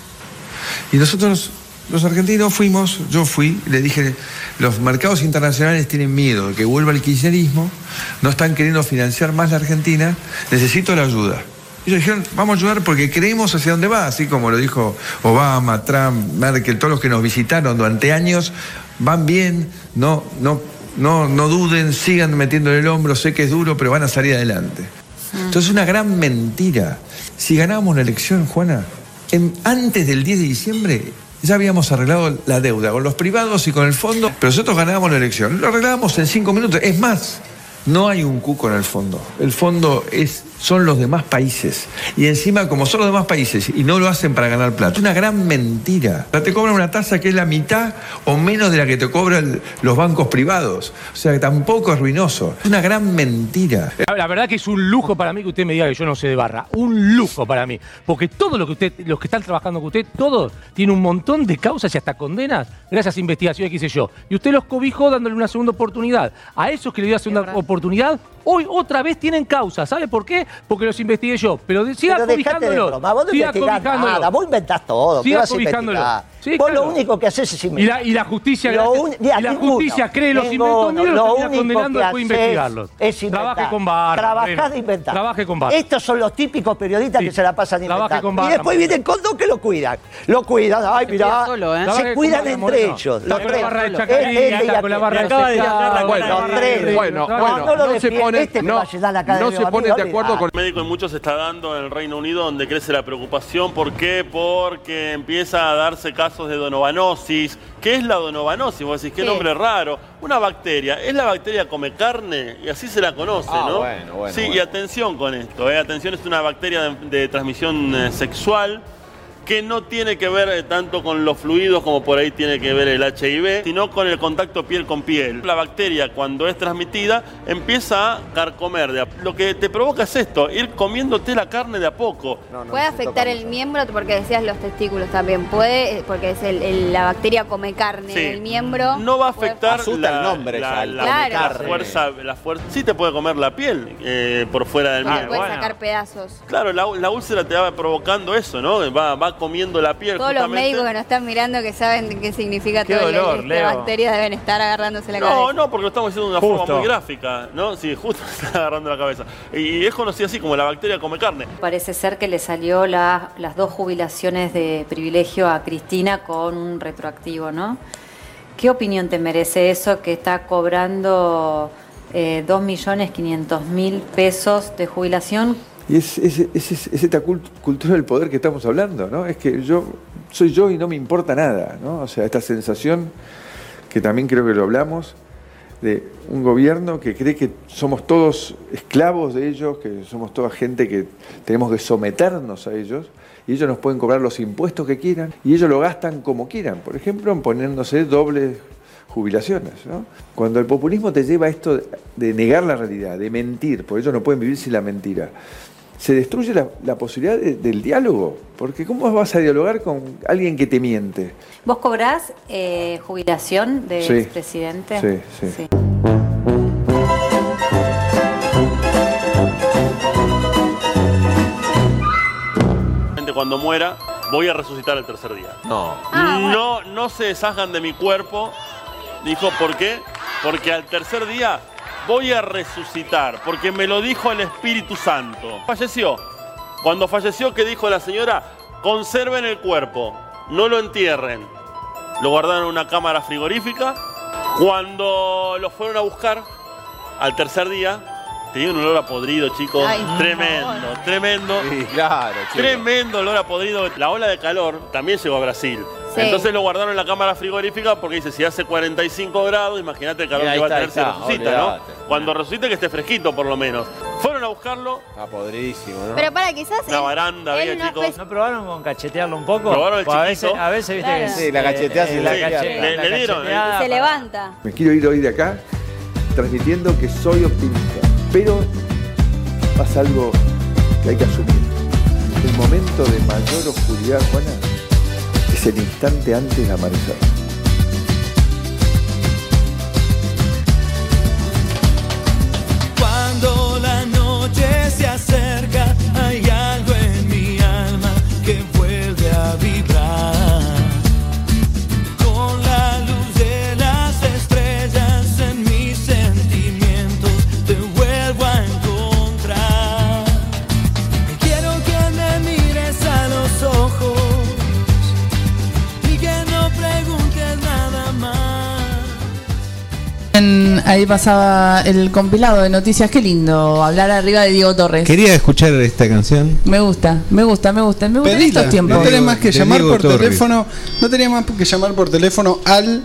Y nosotros, los argentinos, yo fui, le dije, los mercados internacionales tienen miedo de que vuelva el kirchnerismo, no están queriendo financiar más la Argentina, necesito la ayuda. Ellos dijeron, vamos a ayudar porque creemos hacia dónde va, así como lo dijo Obama, Trump, Merkel, todos los que nos visitaron durante años, van bien, no duden, sigan metiéndole el hombro, sé que es duro, pero van a salir adelante. Entonces es una gran mentira. Si ganábamos una elección, Juana, antes del 10 de diciembre ya habíamos arreglado la deuda con los privados y con el fondo, pero nosotros ganábamos la elección. Lo arreglábamos en 5 minutos. Es más, no hay un cuco en el fondo. El fondo son los demás países. Y encima, como son los demás países y no lo hacen para ganar plata, es una gran mentira. Te cobran una tasa que es la mitad o menos de la que te cobran los bancos privados. O sea, que tampoco es ruinoso. Es una gran mentira. La verdad que es un lujo para mí que usted me diga que yo no sé de barra. Un lujo para mí. Porque todo lo que los que están trabajando con usted, todos tienen un montón de causas y hasta condenas gracias a investigaciones que hice yo. Y usted los cobijó dándole una segunda oportunidad. A esos que le dio una segunda oportunidad, hoy otra vez tienen causa. ¿Sabe por qué? Porque los investigué yo. Pero siga cobijándolo. Vos no investigás nada, vos inventás todo. Siga cobijándolo. Sí, vos lo único que haces es inventar. Y la justicia, cree los inventos míos y los termina condenando después de investigarlos. Trabaje con barra. Trabajás de inventar. Trabaje con barra. Estos son los típicos periodistas que se la pasan inventando. Y después vienen con dos que lo cuidan. Lo cuidan, ay, mirá. Se cuidan entre ellos. Los tres. Con la barra de Bueno, no se ponen de acuerdo con... El médico en muchos se está dando en el Reino Unido, donde crece la preocupación. ¿Por qué? Porque empieza a darse casos de donovanosis. ¿Qué es la donovanosis? Vos decís, qué nombre raro. Una bacteria. Es la bacteria come carne y así se la conoce, ¿no? Bueno, sí, y atención con esto. Atención, es una bacteria de transmisión sexual, que no tiene que ver tanto con los fluidos como por ahí tiene que ver el HIV, sino con el contacto piel con piel. La bacteria, cuando es transmitida, empieza a carcomer. Lo que te provoca es esto, ir comiéndote la carne de a poco. Puede afectar el miembro, porque decías los testículos también. Puede, porque es la bacteria come carne del miembro. No va a afectar la fuerza. Sí te puede comer la piel por fuera del miembro. Puede sacar pedazos. Claro, la úlcera te va provocando eso, ¿no? Va comiendo la piel. Todos los médicos que nos están mirando que saben qué significa todo esta bacteria deben estar agarrándose la cabeza. No, porque lo estamos diciendo de una forma muy gráfica, ¿no? Sí, justo se está agarrando la cabeza. Y es conocida así como la bacteria come carne. Parece ser que le salió las 2 jubilaciones de privilegio a Cristina con un retroactivo, ¿Qué opinión te merece eso que está cobrando 2.500.000 pesos de jubilación? Y es esta cultura del poder que estamos hablando, ¿no? Es que soy yo y no me importa nada, ¿no? O sea, esta sensación, que también creo que lo hablamos, de un gobierno que cree que somos todos esclavos de ellos, que somos toda gente que tenemos que someternos a ellos, y ellos nos pueden cobrar los impuestos que quieran, y ellos lo gastan como quieran, por ejemplo, en poniéndose dobles jubilaciones, ¿no? Cuando el populismo te lleva a esto de negar la realidad, de mentir, porque ellos no pueden vivir sin la mentira, se destruye la posibilidad del diálogo, porque ¿cómo vas a dialogar con alguien que te miente? ¿Vos cobrás jubilación de Sí. expresidente? Sí. Cuando muera, voy a resucitar el tercer día. No se deshagan de mi cuerpo. Dijo, ¿por qué? Porque al tercer día voy a resucitar, porque me lo dijo el Espíritu Santo. Falleció. Cuando falleció, ¿qué dijo la señora? Conserven el cuerpo, no lo entierren. Lo guardaron en una cámara frigorífica. Cuando lo fueron a buscar, al tercer día, tenía un olor a podrido, chicos. Ay, tremendo. Sí, claro, chicos. Tremendo olor a podrido. La ola de calor también llegó a Brasil. Sí. Entonces lo guardaron en la cámara frigorífica porque dice, si hace 45 grados, imagínate el calor Mira, que va a ahí tener si está, resucita, olvidate. ¿no? Cuando resucite que esté fresquito por lo menos. Fueron a buscarlo. Está podridísimo, ¿no? Pero para, quizás. Una baranda había, chicos. ¿No probaron con cachetearlo un poco? Probaron el Pues chiquito. a veces viste Claro. que Sí, la cacheteás y la Le dieron. Se levanta. Me quiero ir hoy de acá transmitiendo que soy optimista, pero pasa algo que hay que asumir. El momento de mayor oscuridad, Juana, es el instante antes del amanecer. Cuando la noche se acerca, hay algo en mi alma que vuelve a vibrar. Con la luz de las estrellas en mis sentimientos te vuelvo a encontrar. Quiero que me mires a los ojos y que no preguntes nada más. Ahí pasaba el compilado de noticias. Qué lindo hablar arriba de Diego Torres. Quería escuchar esta canción. Me gusta en Pedila, estos tiempos. no tenés más que de llamar Diego por Torres. teléfono. No tenía más que llamar por teléfono al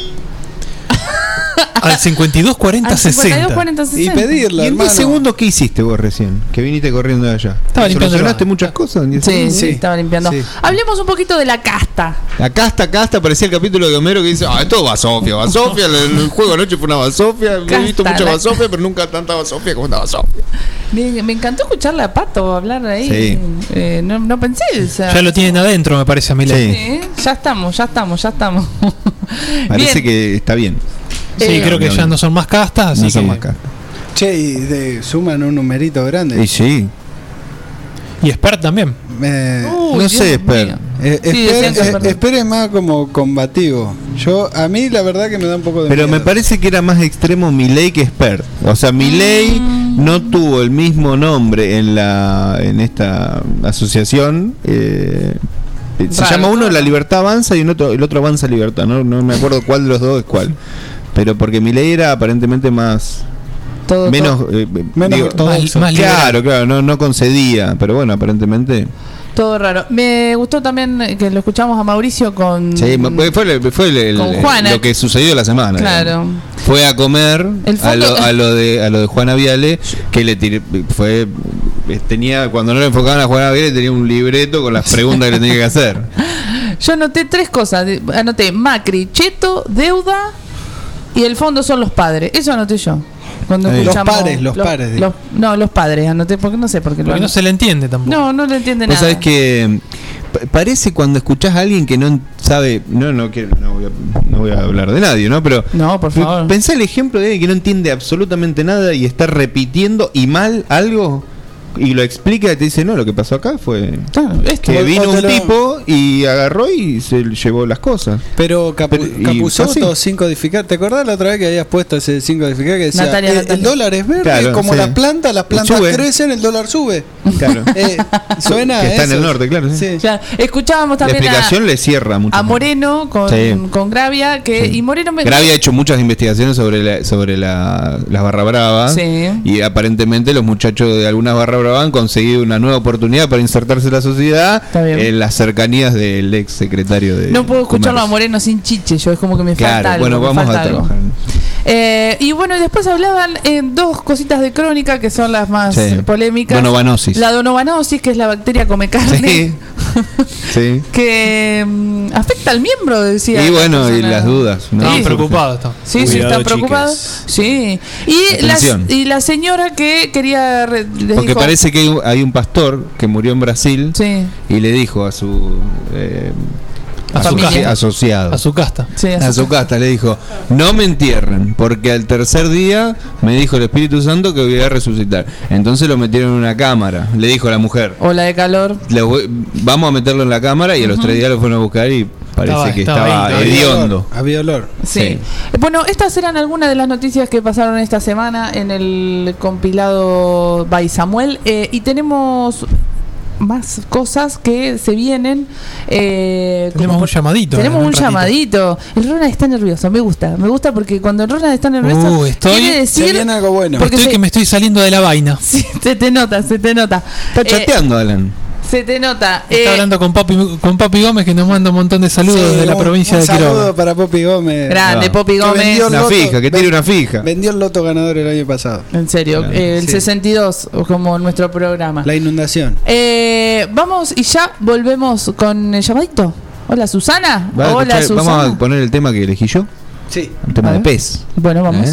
52 40 Al 52 60. 40 60. y pedirla, ¿Y en 10 hermano. segundos qué hiciste vos recién? Que viniste corriendo de allá. Estaba limpiando ¿Solucionaste el muchas cosas en 10 Sí, segundos? sí, estaba limpiando. Sí. Hablemos un poquito de la casta. La casta, parecía el capítulo de Homero que dice, esto va Basofia, el juego anoche fue una Basofia, he visto Casta, mucha la- Basofia, pero nunca tanta Basofia como una Basofia. Me encantó escucharle a Pato hablar ahí. Sí. No pensé. O sea, Ya lo tienen adentro, me parece a mí. Sí. Ya estamos. Parece Bien. que está bien. Sí, creo que ya no son más castas, así No son que- más castas. Che, y suman un numerito grande. Y sí. Y Expert también. No sé, Esper. Esper es más como combativo. A mí la verdad que me da un poco de Pero miedo. me parece que era más extremo Milei que Expert. O sea, Milei no tuvo el mismo nombre en esta asociación. Se llama uno La Libertad Avanza y el otro Avanza Libertad. No me acuerdo cuál de los dos es cuál. Pero porque Milei era aparentemente más... menos ortodoxo. más claro, no concedía. Pero bueno, aparentemente... Todo raro. Me gustó también que lo escuchamos a Mauricio con. Sí, fue con Juana. lo que sucedió la semana. Claro. Digamos. Fue a comer a lo de Juana Viale, que le tenía, cuando no le enfocaban a Juana Viale, tenía un libreto con las preguntas que le tenía que hacer. Yo anoté 3 cosas. Anoté Macri, Cheto, deuda y el fondo son los padres. Eso anoté yo. Cuando escuchamos los pares. Los padres, anoté porque no sé por qué. Porque no se le entiende tampoco. No le entiende Vos nada. sabés que parece cuando escuchás a alguien que no sabe, no voy a hablar de nadie, ¿no? Pero no, por favor. Pensá el ejemplo de alguien que no entiende absolutamente nada y está repitiendo y mal algo y lo explica y te dice, no, lo que pasó acá fue que vino un tipo y agarró y se llevó las cosas. Pero Capusotto y sin codificar. ¿Te acordás la otra vez que habías puesto ese sin codificar que decía Natalia. el dólar es verde? Claro, como sí. las plantas Sube. crecen, el dólar sube. Claro. Suena que está en eso. el norte, claro. Sí. Ya, escuchábamos La también explicación le cierra mucho. a Moreno con Gravia y Moreno Gravia ha hecho muchas investigaciones sobre las barra bravas Sí. y aparentemente los muchachos de algunas barra habrán conseguido una nueva oportunidad para insertarse en la sociedad en las cercanías del ex secretario de No puedo escucharlo Comercio. a Moreno sin chiche, yo es como que me falta algo. Bueno, vamos a trabajar. Y bueno, y después hablaban dos cositas de crónica que son las más polémicas. Donovanosis. La donovanosis, que es la bacteria come carne. Sí. Que afecta al miembro, decía. Y bueno, y las dudas. ¿no? Estaban preocupados. Sí, están preocupados. Sí. Y la señora que quería... Porque dijo, parece que hay un pastor que murió en Brasil y le dijo a su... asociado. A su casta. A su casta le dijo: no me entierren, porque al tercer día me dijo el Espíritu Santo que voy a resucitar. Entonces lo metieron en una cámara. Le dijo a la mujer: ola de calor. Vamos a meterlo en la cámara. Y a los 3 días lo fueron a buscar y parece que estaba hediondo. Había olor. Sí. Bueno, estas eran algunas de las noticias que pasaron esta semana en el compilado by Samuel. Y tenemos más cosas que se vienen. Tenemos un llamadito. Tenemos un llamadito. El Ronald está nervioso, me gusta porque cuando el Ronald está nervioso quiere decir se viene algo bueno. Porque que me estoy saliendo de la vaina. Sí, se te nota. Está chateando, Alan. Se te nota. Está hablando con Papi Gómez, que nos manda un montón de saludos de la provincia de Quiroga. Un saludo para Papi Gómez. Grande, Papi Gómez. Una fija, que tiene una fija. Vendió el loto ganador el año pasado. En serio, el 62, como nuestro programa. La inundación. Vamos y ya volvemos con el llamadito. Hola, Susana. Hola, Susana. Vamos a poner el tema que elegí yo. Sí. El tema de pez. Bueno, vamos.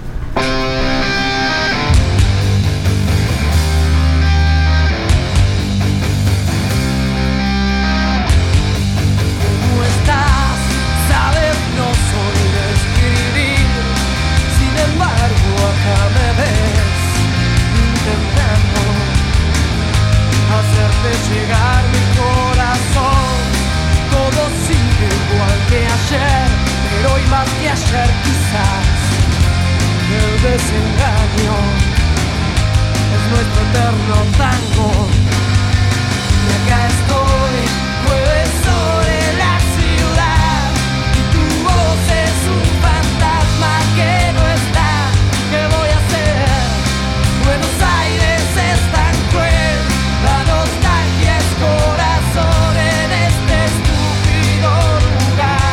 Llegar mi corazón, todo sigue igual que ayer, pero hoy más que ayer quizás el desengaño es nuestro eterno tango. Y acá estoy, jueves sobre la ciudad, y tu voz es un fantasma que no está. ¿Qué voy a hacer? Buenos Aires es tan cruel, la nostalgia es corazón en este estúpido lugar.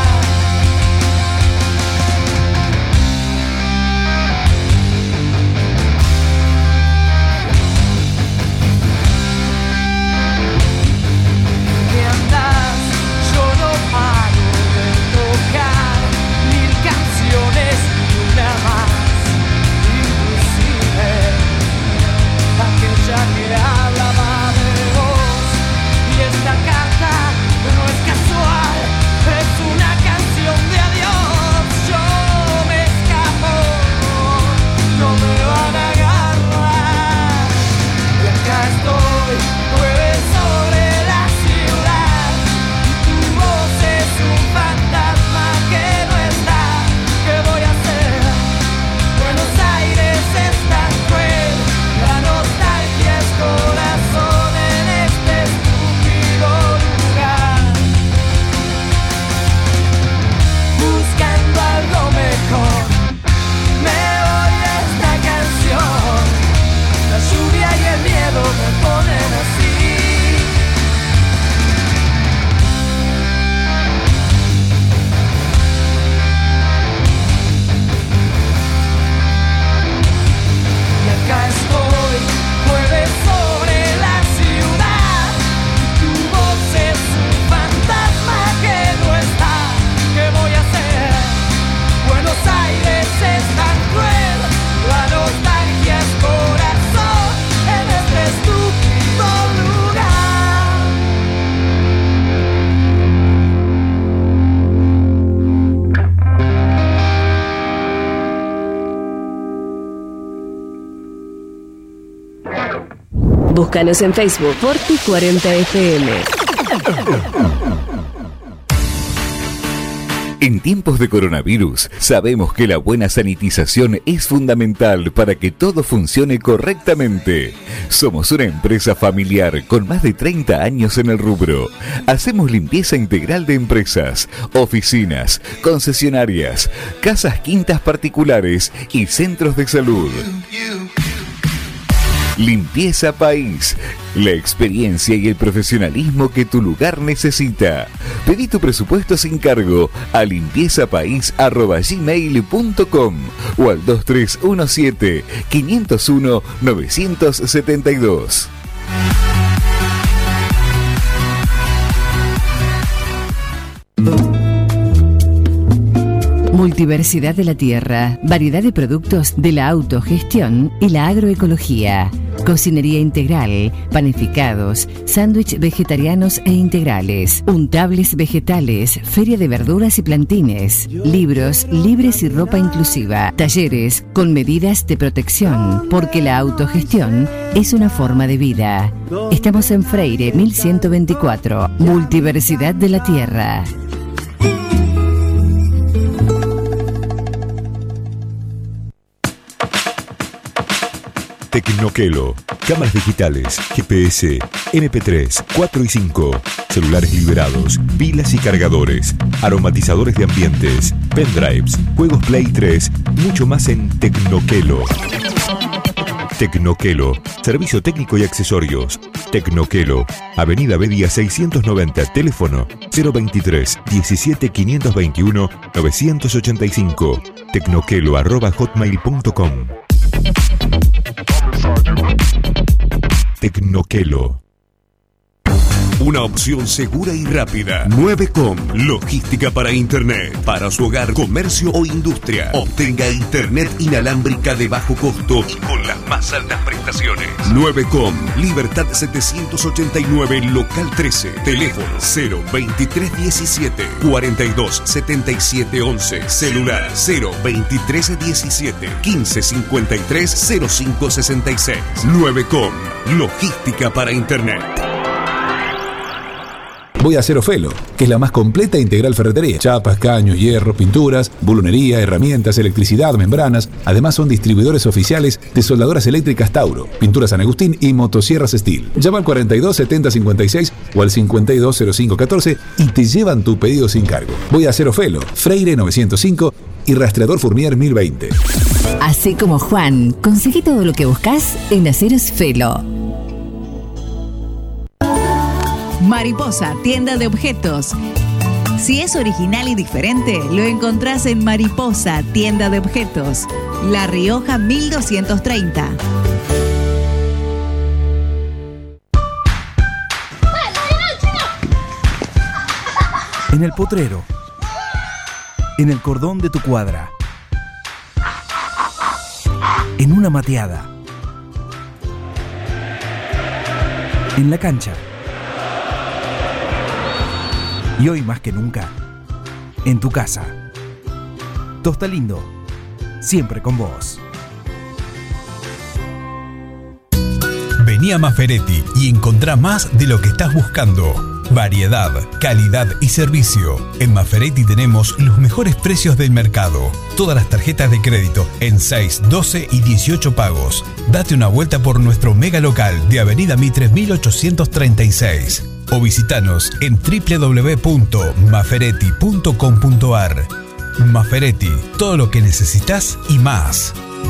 ¿Qué andas? Yo no paro de tocar 1000 canciones y una más, inclusive aquella que hablaba de vos. Y esta carta no es casual, es una canción de adiós. Yo me escapo, no me van a agarrar. Y acá estoy, jueves sobre la ciudad, y tu voz es un fantasma que no está. ¿Qué voy a hacer? Buenos Aires es tan cruel, la nostalgia es corazón en este estúpido lugar. Buscando algo mejor, me voy a esta canción. La lluvia y el miedo me ponen así. Y acá estoy, jueves sobre la ciudad, y tu voz es un fantasma que no está. ¿Qué voy a hacer? Buenos Aires es tan cruel, la nostalgia es corazón en este estúpido lugar. Búscanos en Facebook, Forti40FM. En tiempos de coronavirus, sabemos que la buena sanitización es fundamental para que todo funcione correctamente. Somos una empresa familiar con más de 30 años en el rubro. Hacemos limpieza integral de empresas, oficinas, concesionarias, casas quintas particulares y centros de salud. Limpieza País. La experiencia y el profesionalismo que tu lugar necesita. Pedí tu presupuesto sin cargo a limpiezapais@gmail.com o al 2317-501-972. Multiversidad de la tierra, variedad de productos de la autogestión y la agroecología. Cocinería integral, panificados, sándwich vegetarianos e integrales, untables vegetales, feria de verduras y plantines, libros, libres y ropa inclusiva, talleres con medidas de protección, porque la autogestión es una forma de vida. Estamos en Freire 1124, Multiversidad de la tierra. Tecnoquelo, cámaras digitales, GPS, MP3, 4 y 5, celulares liberados, pilas y cargadores, aromatizadores de ambientes, pendrives, juegos Play 3, mucho más en Tecnoquelo. Tecnoquelo, servicio técnico y accesorios. Tecnoquelo, Avenida Bedia 690, teléfono 023 17 521 985, tecnoquelo@hotmail.com. Tecnoquelo. Una opción segura y rápida. 9com, logística para Internet. Para su hogar, comercio o industria. Obtenga Internet inalámbrica de bajo costo y con las más altas prestaciones. 9com, Libertad 789, local 13. Teléfono 02317 427711. Celular 02317 1553 0566. 9com, logística para Internet. Voy a hacer Ofelo, que es la más completa e integral ferretería. Chapas, caños, hierro, pinturas, bulunería, herramientas, electricidad, membranas. Además son distribuidores oficiales de soldadoras eléctricas Tauro, pinturas San Agustín y motosierras Steel. Llama al 42 70 56 o al 52 05 14 y te llevan tu pedido sin cargo. Voy a hacer Ofelo, Freire 905 y Rastreador Fournier 1020. Así como Juan, conseguí todo lo que buscas en Aceros Felo. Mariposa, tienda de objetos. Si es original y diferente, lo encontrás en Mariposa, tienda de objetos. La Rioja 1230. En el potrero. En el cordón de tu cuadra. En una mateada. En la cancha. Y hoy más que nunca, en tu casa. Tosta Lindo, siempre con vos. Vení a Maferetti y encontrá más de lo que estás buscando. Variedad, calidad y servicio. En Maferetti tenemos los mejores precios del mercado. Todas las tarjetas de crédito en 6, 12 y 18 pagos. Date una vuelta por nuestro mega local de Avenida Mitre 1836. O visitanos en www.maferetti.com.ar. Maferetti, todo lo que necesitas y más.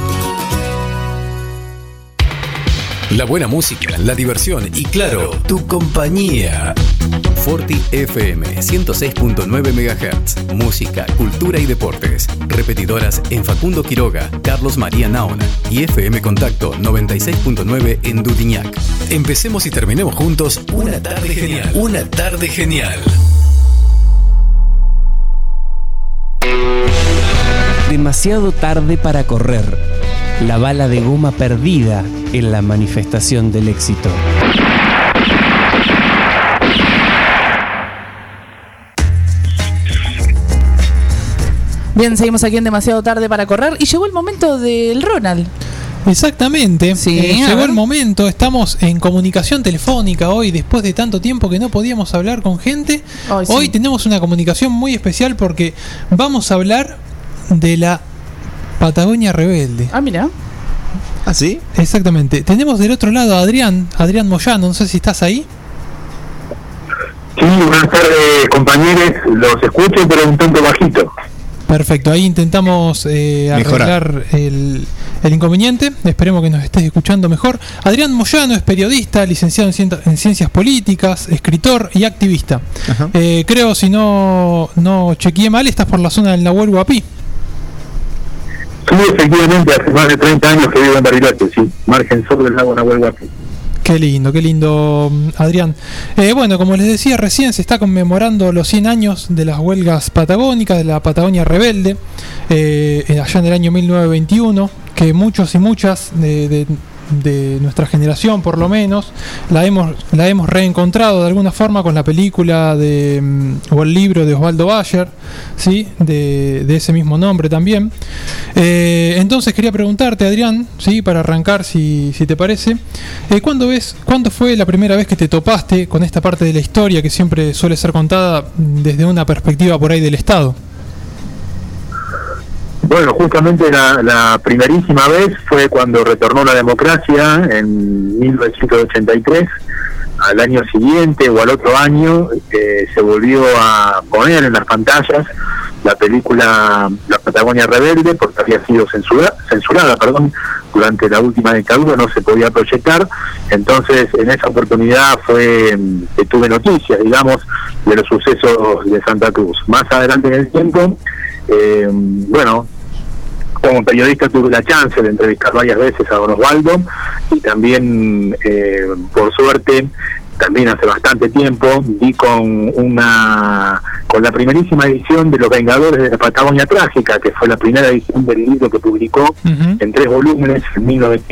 La buena música, la diversión y claro, tu compañía. Forti FM 106.9 MHz. Música, cultura y deportes. Repetidoras en Facundo Quiroga, Carlos María Naona y FM Contacto 96.9 en Dudiñac. Empecemos y terminemos juntos una tarde genial. Una tarde genial. Demasiado tarde para correr. La bala de goma perdida en la manifestación del éxito. Bien, seguimos aquí en Demasiado Tarde para Correr y llegó el momento del Ronald. Exactamente, sí, llegó el momento, estamos en comunicación telefónica hoy, después de tanto tiempo que no podíamos hablar con gente. Hoy tenemos una comunicación muy especial porque vamos a hablar de la Patagonia Rebelde. Ah, mira. ¿Ah, sí? Exactamente. Tenemos del otro lado a Adrián Moyano, no sé si estás ahí. Sí, buenas tardes, compañeros. Los escucho, pero un tanto bajito. Perfecto, ahí intentamos arreglar el inconveniente. Esperemos que nos estés escuchando mejor. Adrián Moyano es periodista, licenciado en Ciencias Políticas, escritor y activista. Creo, si no chequeé mal, estás por la zona del Nahuel Huapi. Sí, efectivamente, hace más de 30 años que vivo en Bariloche, sí, margen sur del lago Nahuel Huapi. Qué lindo, Adrián. Bueno, como les decía recién, se está conmemorando los 100 años de las huelgas patagónicas, de la Patagonia Rebelde, allá en el año 1921, que muchos y muchas de nuestra generación, por lo menos, la hemos reencontrado de alguna forma con la película o el libro de Osvaldo Bayer, ¿sí? de ese mismo nombre también. Entonces quería preguntarte, Adrián, ¿sí? Para arrancar, si te parece, ¿cuándo fue la primera vez que te topaste con esta parte de la historia que siempre suele ser contada desde una perspectiva por ahí del Estado? Bueno, justamente la primerísima vez fue cuando retornó la democracia en 1983. Al año siguiente o al otro año se volvió a poner en las pantallas la película La Patagonia Rebelde, porque había sido censurada durante la última dictadura, no se podía proyectar. Entonces, en esa oportunidad fue que tuve noticias, digamos, de los sucesos de Santa Cruz. Más adelante en el tiempo, bueno, como periodista tuve la chance de entrevistar varias veces a don Osvaldo, y también, por suerte, también hace bastante tiempo, di con la primerísima edición de Los Vengadores de la Patagonia Trágica, que fue la primera edición del libro que publicó en 3 volúmenes en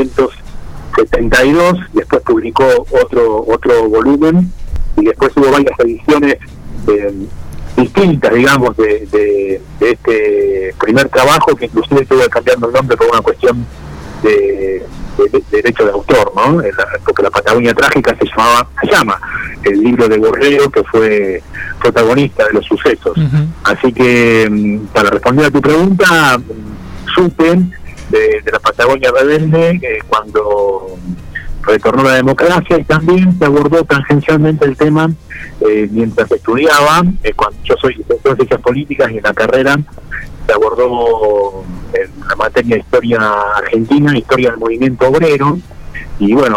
1972, después publicó otro volumen, y después hubo varias ediciones distintas, digamos, de este primer trabajo, que inclusive tuve cambiando el nombre por una cuestión de derecho de autor, ¿no? Porque La Patagonia Trágica se llama el libro de Borrero, que fue protagonista de los sucesos. Así que, para responder a tu pregunta, supe de la Patagonia Rebelde cuando retornó la democracia, y también se abordó tangencialmente el tema mientras estudiaba, cuando yo soy licenciado en Ciencias Políticas, y en la carrera se abordó en la materia de historia argentina, historia del movimiento obrero, y bueno,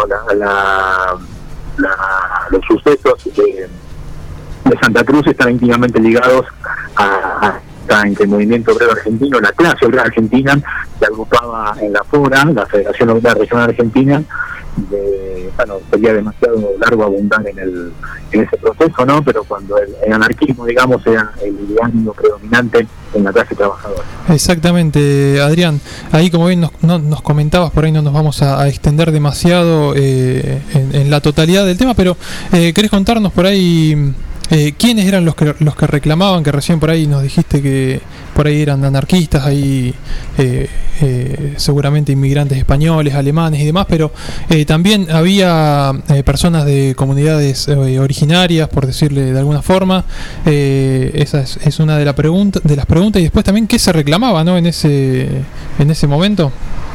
los sucesos de Santa Cruz están íntimamente ligados en que el movimiento obrero argentino, la clase obrera argentina, se agrupaba en la FORA, la Federación Obrera Regional Argentina. Bueno, sería demasiado largo abundar en ese proceso, ¿no? Pero cuando el anarquismo, digamos, era el ánimo predominante en la clase trabajadora. Exactamente, Adrián. Ahí, como bien nos comentabas, por ahí no nos vamos a extender demasiado en la totalidad del tema, pero ¿querés contarnos por ahí quiénes eran los que reclamaban, que recién por ahí nos dijiste que por ahí eran anarquistas, ahí seguramente inmigrantes españoles, alemanes y demás, pero también había personas de comunidades originarias, por decirle de alguna forma? Esa es una de las preguntas, y después también qué se reclamaba, ¿no? en ese momento.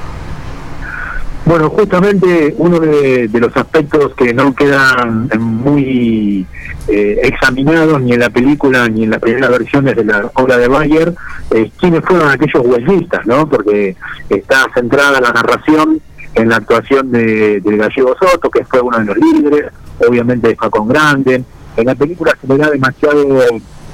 Bueno, justamente uno de los aspectos que no quedan muy examinados ni en la película ni en las primeras versiones de la obra de Bayer es quiénes fueron aquellos huelguistas, ¿no? Porque está centrada la narración en la actuación del Gallego Soto, que fue uno de los líderes, obviamente de Facón Grande. En la película se le da demasiado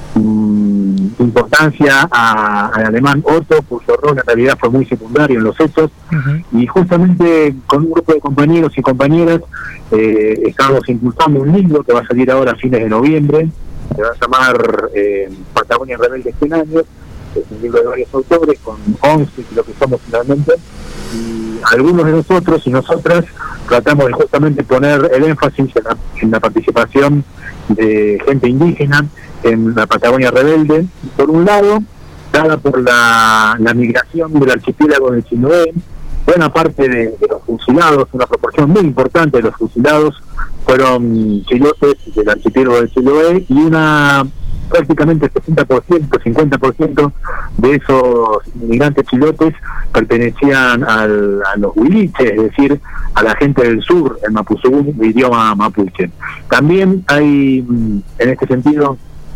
importancia al alemán Otto, cuyo rol en realidad fue muy secundario en los hechos, y justamente con un grupo de compañeros y compañeras estamos impulsando un libro que va a salir ahora a fines de noviembre, se va a llamar Patagonia Rebelde 100 años, es un libro de varios autores, con 11 y lo que somos finalmente, y algunos de nosotros y nosotras tratamos de justamente poner el énfasis en la participación de gente indígena en la Patagonia Rebelde, por un lado, dada por la migración del archipiélago de Chiloé. Buena parte de los fusilados, una proporción muy importante de los fusilados, fueron chilotes del archipiélago de Chiloé, y prácticamente 60%, 50% de esos inmigrantes chilotes pertenecían a los huiliches, es decir, a la gente del sur, el mapuzungún, de idioma mapuche. También hay, en este sentido,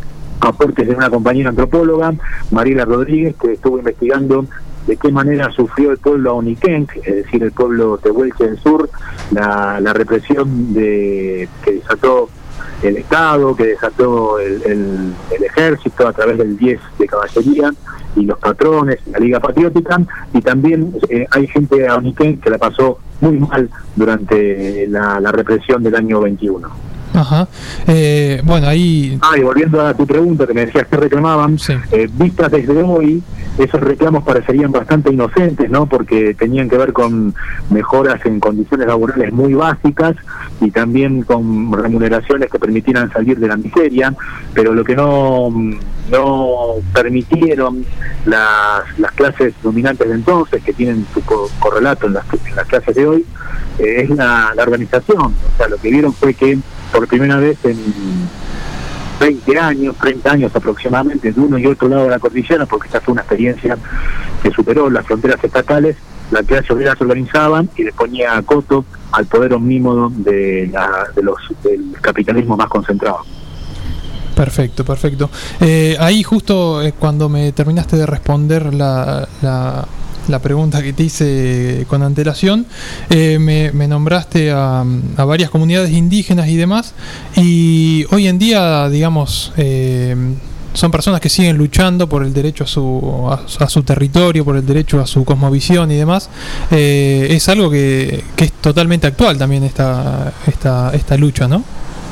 aportes de una compañera antropóloga, Mariela Rodríguez, que estuvo investigando de qué manera sufrió el pueblo aoniquén, es decir, el pueblo tehuelche del sur, la represión que desató el Estado, que desató el ejército a través del 10 de caballería y los patrones, la Liga Patriótica, y también hay gente aoniquén que la pasó muy mal durante la represión del año 21. Ajá. Bueno, ahí... y volviendo a tu pregunta que me decías que reclamaban, sí. Vistas desde hoy, esos reclamos parecerían bastante inocentes, ¿no? Porque tenían que ver con mejoras en condiciones laborales muy básicas y también con remuneraciones que permitieran salir de la miseria, pero lo que no permitieron las clases dominantes de entonces, que tienen su correlato en las clases de hoy, es la organización. O sea, lo que vieron fue que por primera vez en 20 años, 30 años aproximadamente, de uno y otro lado de la cordillera, porque esta fue una experiencia que superó las fronteras estatales, la clase obrera se organizaban y le ponía coto al poder omnímodo del capitalismo más concentrado. Perfecto. Ahí justo cuando me terminaste de responder la pregunta que te hice con antelación, me nombraste a varias comunidades indígenas y demás, y hoy en día, digamos, son personas que siguen luchando por el derecho a su territorio, por el derecho a su cosmovisión y demás. Es algo que es totalmente actual también esta lucha, ¿no?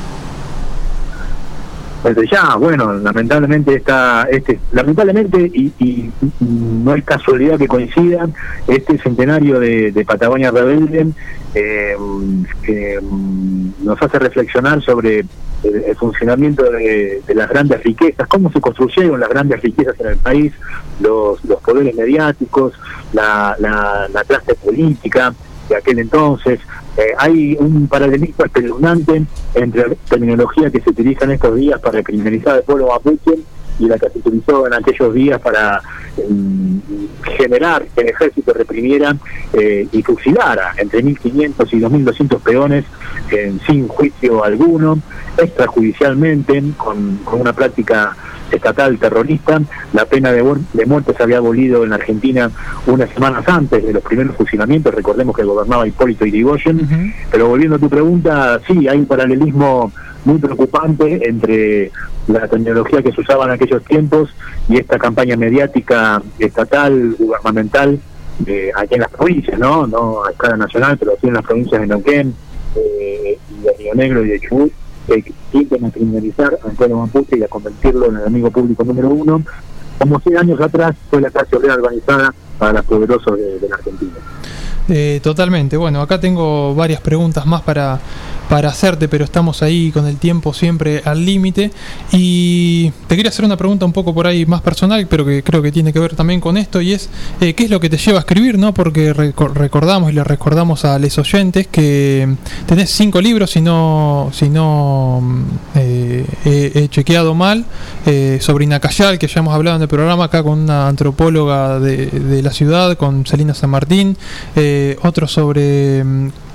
Desde ya, bueno, lamentablemente y no es casualidad que coincidan, este centenario de Patagonia Rebelde nos hace reflexionar sobre el funcionamiento de las grandes riquezas, cómo se construyeron las grandes riquezas en el país, los poderes mediáticos, la clase política de aquel entonces. Hay un paralelismo espeluznante entre la terminología que se utiliza en estos días para criminalizar al pueblo mapuche y la que se utilizó en aquellos días para generar que el ejército reprimiera y fusilara entre 1.500 y 2.200 peones sin juicio alguno, extrajudicialmente, con una práctica estatal terrorista. La pena de muerte se había abolido en la Argentina unas semanas antes de los primeros fusilamientos. Recordemos que gobernaba Hipólito Yrigoyen. Pero volviendo a tu pregunta, sí, hay un paralelismo muy preocupante entre la tecnología que se usaba en aquellos tiempos y esta campaña mediática estatal, gubernamental, aquí en las provincias, no a escala nacional, pero sí en las provincias de Neuquén, y de Río Negro y de Chubut, que tienden a criminalizar al pueblo mapuche y a convertirlo en el enemigo público número uno, como 100 años atrás fue la clase obrera organizada para los poderosos de la Argentina. Totalmente. Bueno, acá tengo varias preguntas más para hacerte, pero estamos ahí con el tiempo siempre al límite, y te quería hacer una pregunta un poco por ahí más personal, pero que creo que tiene que ver también con esto, y es ¿qué es lo que te lleva a escribir? ¿No? Porque recordamos y le recordamos a los oyentes que tenés 5 libros, si no he chequeado mal, sobre Inacayal, que ya hemos hablado en el programa acá con una antropóloga de la ciudad, con Celina San Martín, otro sobre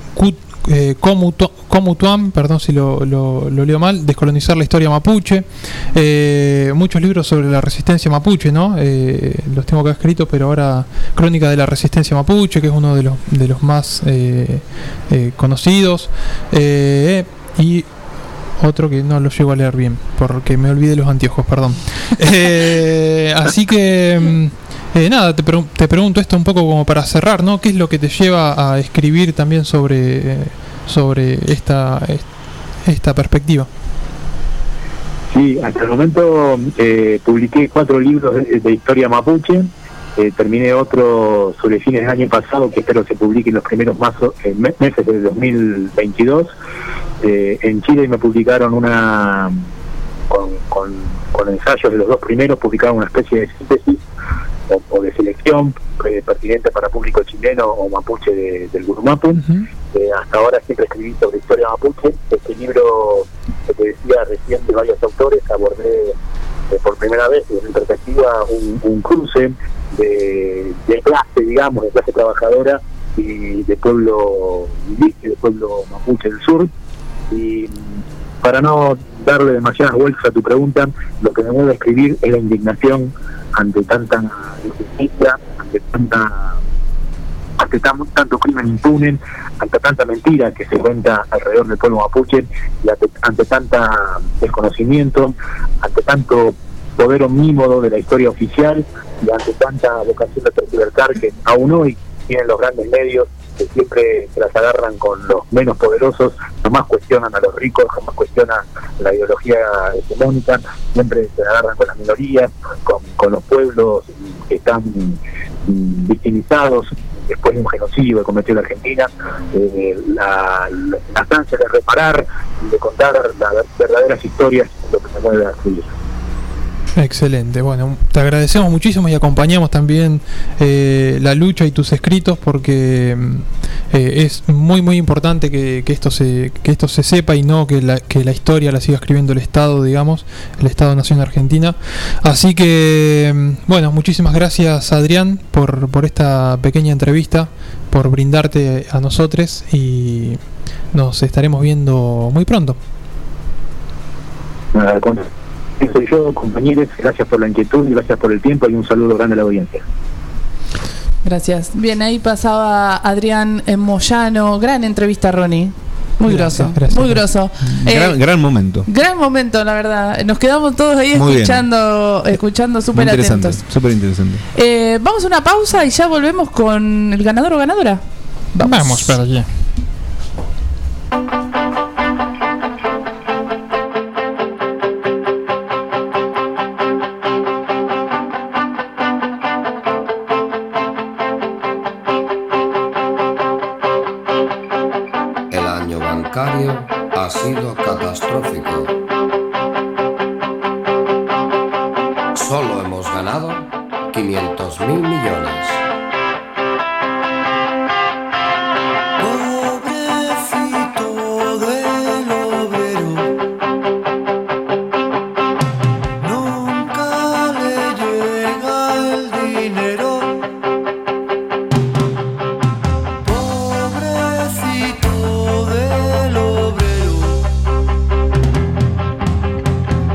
Comutuam, perdón si lo leo mal, descolonizar la historia mapuche, muchos libros sobre la resistencia mapuche, ¿no? Los tengo acá escritos, pero ahora Crónica de la Resistencia Mapuche, que es uno de los más conocidos, y otro que no lo llego a leer bien, porque me olvidé los anteojos, perdón. Así que... nada, te pregunto esto un poco como para cerrar, ¿no? ¿Qué es lo que te lleva a escribir también sobre esta perspectiva? Sí, hasta el momento publiqué 4 libros de historia mapuche. Terminé otro sobre fines del año pasado, que espero se publique en los primeros meses del 2022. En Chile me publicaron una con ensayos de los 2 primeros, publicaron una especie de síntesis o de selección pertinente para público chileno o mapuche del Gurumapu. Hasta ahora siempre escribí sobre historia mapuche. Este libro que te decía recién de varios autores, abordé por primera vez desde mi perspectiva un cruce de clase, digamos, de clase trabajadora y de pueblo indígena, de pueblo mapuche del sur. Y para no darle demasiadas vueltas a tu pregunta, lo que me mueve a escribir es la indignación ante tanta injusticia, ante tanto crimen impune, ante tanta mentira que se cuenta alrededor del pueblo mapuche, y ante tanta desconocimiento, ante tanto poder omnímodo de la historia oficial y ante tanta vocación de tergiversar que aún hoy tienen los grandes medios, que siempre se las agarran con los menos poderosos, jamás cuestionan a los ricos, jamás cuestionan la ideología hegemónica, siempre se agarran con las minorías, con los pueblos que están victimizados después de un genocidio que cometió la Argentina. Las ansias de reparar y de contar las verdaderas historias es lo que me mueve a escribir. Excelente, bueno, te agradecemos muchísimo y acompañamos también la lucha y tus escritos, porque es muy muy importante que esto se sepa, y no que la historia la siga escribiendo el Estado, digamos, el Estado-Nación Argentina. Así que, bueno, muchísimas gracias, Adrián, por esta pequeña entrevista, por brindarte a nosotros, y nos estaremos viendo muy pronto. Soy yo, compañeros, gracias por la inquietud, gracias por el tiempo y un saludo grande a la audiencia. Gracias. Bien, ahí pasaba Adrián Moyano, gran entrevista, Ronnie. Muy grosso, muy grosso. Gran momento. Gran momento, la verdad. Nos quedamos todos ahí escuchando súper atentos. Súper interesante. Vamos a una pausa y ya volvemos con el ganador o ganadora. Vamos para allá. Ha sido catastrófico. Solo hemos ganado 500.000 millones. Pobrecito del obrero, nunca le llega el dinero. Pobrecito del obrero,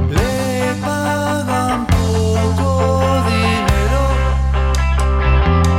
le pagan poco dinero.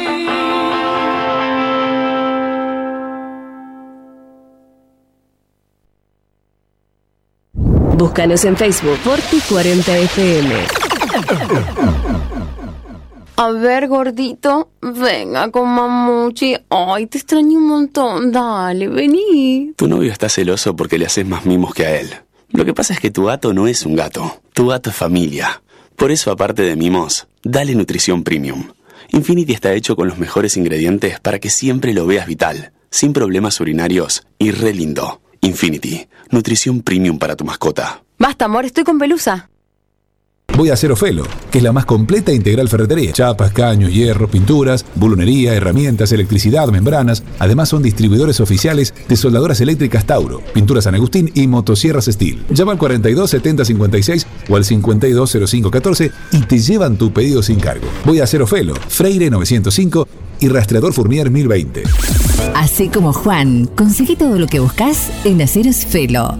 Búscanos en Facebook, Forti40FM. A ver, gordito, venga con mamuchi. Ay, te extraño un montón. Dale, vení. Tu novio está celoso porque le haces más mimos que a él. Lo que pasa es que tu gato no es un gato. Tu gato es familia. Por eso, aparte de mimos, dale nutrición premium. Infinity está hecho con los mejores ingredientes para que siempre lo veas vital, sin problemas urinarios y re lindo. Infinity, nutrición premium para tu mascota. Basta, amor, estoy con Pelusa. Voy a Acero Felo, que es la más completa e integral ferretería. Chapas, caños, hierro, pinturas, bulunería, herramientas, electricidad, membranas. Además son distribuidores oficiales de soldadoras eléctricas Tauro, pinturas San Agustín y motosierras Steel. Llama al 42 70 56 o al 52 05 14 y te llevan tu pedido sin cargo. Voy a Acero Felo, Freire 905 y Rastreador Fournier 1020. Así como Juan, conseguí todo lo que buscas en Aceros Felo.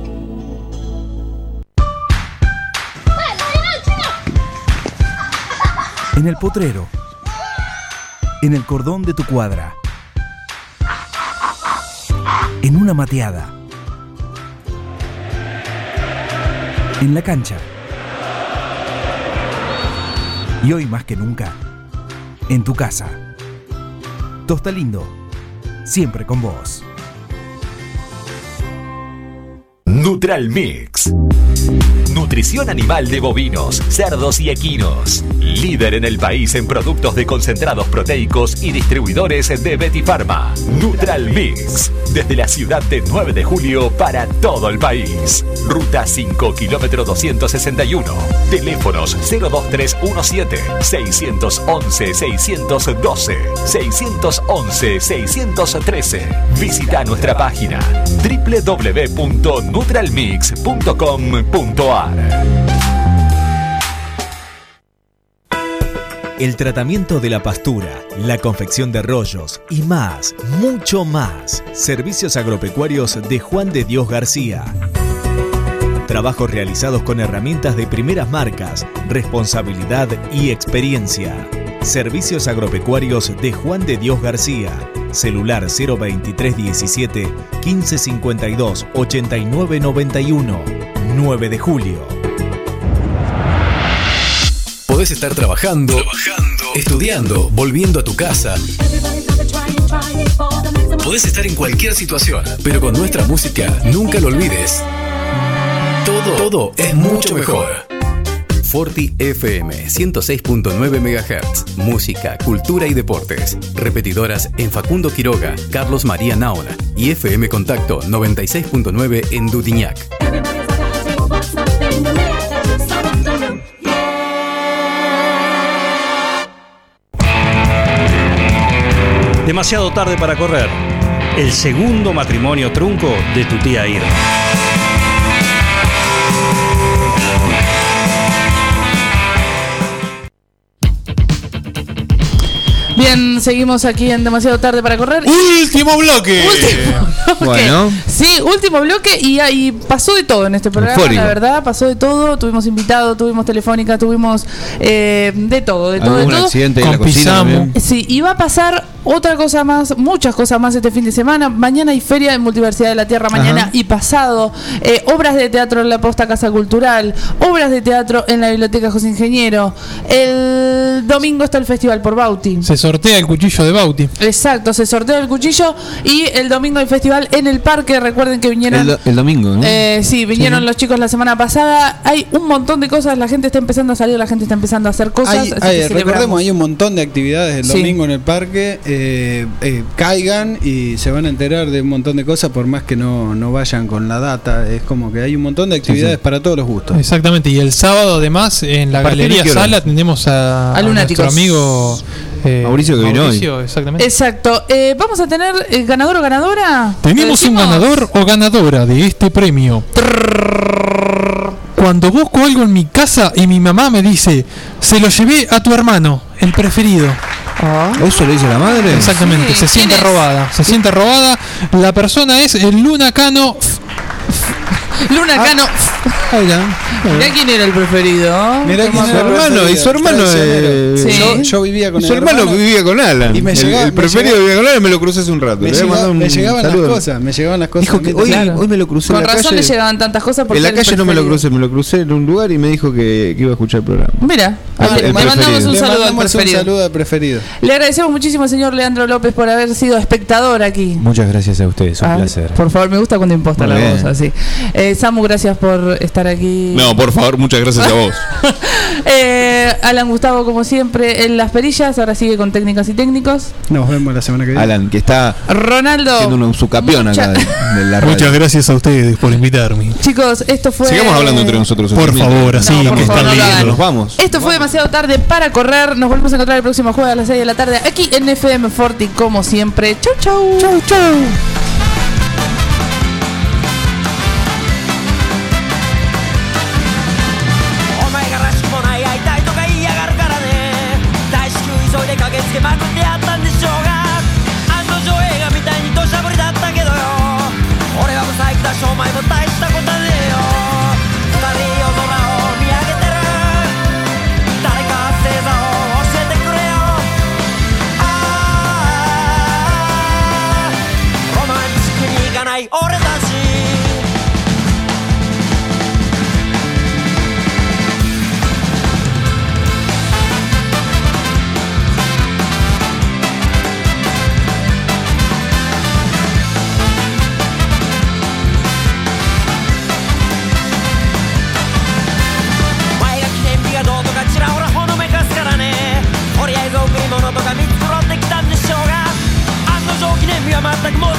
En el potrero, en el cordón de tu cuadra, en una mateada, en la cancha y hoy más que nunca, en tu casa. Tostalindo, siempre con vos. Nutral Mix. Nutrición animal de bovinos, cerdos y equinos. Líder en el país en productos de concentrados proteicos y distribuidores de Betty Pharma. Nutral Mix. Desde la ciudad de 9 de julio para todo el país. Ruta 5, kilómetro 261. Teléfonos 02317 611 612 611 613. Visita nuestra página www.nutralmix.com.ar. El tratamiento de la pastura, la confección de rollos y más, mucho más. Servicios agropecuarios de Juan de Dios García. Trabajos realizados con herramientas de primeras marcas, responsabilidad y experiencia. Servicios agropecuarios de Juan de Dios García. Celular 02317 1552 8991. 9 de julio. Podés estar trabajando, estudiando, volviendo a tu casa. Podés estar en cualquier situación, pero con nuestra música nunca lo olvides. Todo es mucho mejor. Forti FM 106.9 MHz. Música, cultura y deportes. Repetidoras en Facundo Quiroga, Carlos María Naona y FM Contacto 96.9 en Dudiñac. Demasiado tarde para correr. El segundo matrimonio trunco de tu tía Irma. Bien, seguimos aquí en Demasiado Tarde para Correr. ¡Último bloque! Bueno. Sí, último bloque y ahí pasó de todo en este programa, Eufórico. la verdad, pasó de todo. Tuvimos invitados, tuvimos telefónica, tuvimos de todo, de todo, de Algún todo. accidente en la cocina también. Sí, y va a pasar otra cosa más, muchas cosas más este fin de semana. Mañana hay Feria de Multiversidad de la Tierra, mañana y pasado. Obras de teatro en la Posta Casa Cultural, obras de teatro en la Biblioteca José Ingeniero. El domingo está el Festival por Bauti. Se sortea el cuchillo de Bauti. Exacto, se sortea el cuchillo y el domingo hay festival en el parque. Recuerden que vinieron El domingo, ¿no? sí, vinieron los chicos la semana pasada. Hay un montón de cosas, la gente está empezando a salir, la gente está empezando a hacer cosas. así que recordemos, hay un montón de actividades el Sí. domingo en el parque. Caigan y se van a enterar de un montón de cosas, por más que no vayan con la data. Es como que hay un montón de actividades para todos los gustos. Exactamente, y el sábado además en la Galería Sala tenemos a nuestro amigo Mauricio, que vino hoy. Exactamente. Exacto. Vamos a tener ganador o ganadora. Tenemos un ganador o ganadora de este premio. Cuando busco algo en mi casa y mi mamá me dice, se lo llevé a tu hermano, el preferido. ¿Eso le dice la madre? Exactamente, Sí, se siente robada. Se siente robada. La persona es el Luna Cano. Luna Cano. Mirá quién era el preferido. Mirá quién era su hermano, y su hermano yo vivía con su hermano vivía con Alan. Y me el preferido vivía con Alan, me lo crucé hace un rato. Me llegaban las cosas. Dijo que hoy me lo crucé con en la calle. razón le llegaban tantas cosas porque en la calle no me lo crucé en un lugar y me dijo que iba a escuchar el programa. Mira, le mandamos un saludo al preferido. Le agradecemos muchísimo al señor Leandro López por haber sido espectador aquí. Muchas gracias a ustedes, un placer. Por favor, me gusta cuando imposta la voz así. Samu, gracias por estar aquí. No, por favor, muchas gracias a vos. Alan Gustavo, como siempre, en las perillas. Ahora sigue con técnicas y técnicos. Nos vemos la semana que viene. Alan, que está Ronaldo siendo un subcampeón acá de la radio. Muchas gracias a ustedes por invitarme. Chicos, esto fue. Sigamos hablando entre nosotros. Por favor, así no, que están lindo. Nos vamos. Esto fue demasiado tarde para correr. Nos volvemos a encontrar el próximo jueves a las 6 de la tarde aquí en FM Forti, como siempre. Chau, chau. Chau, chau. 全くも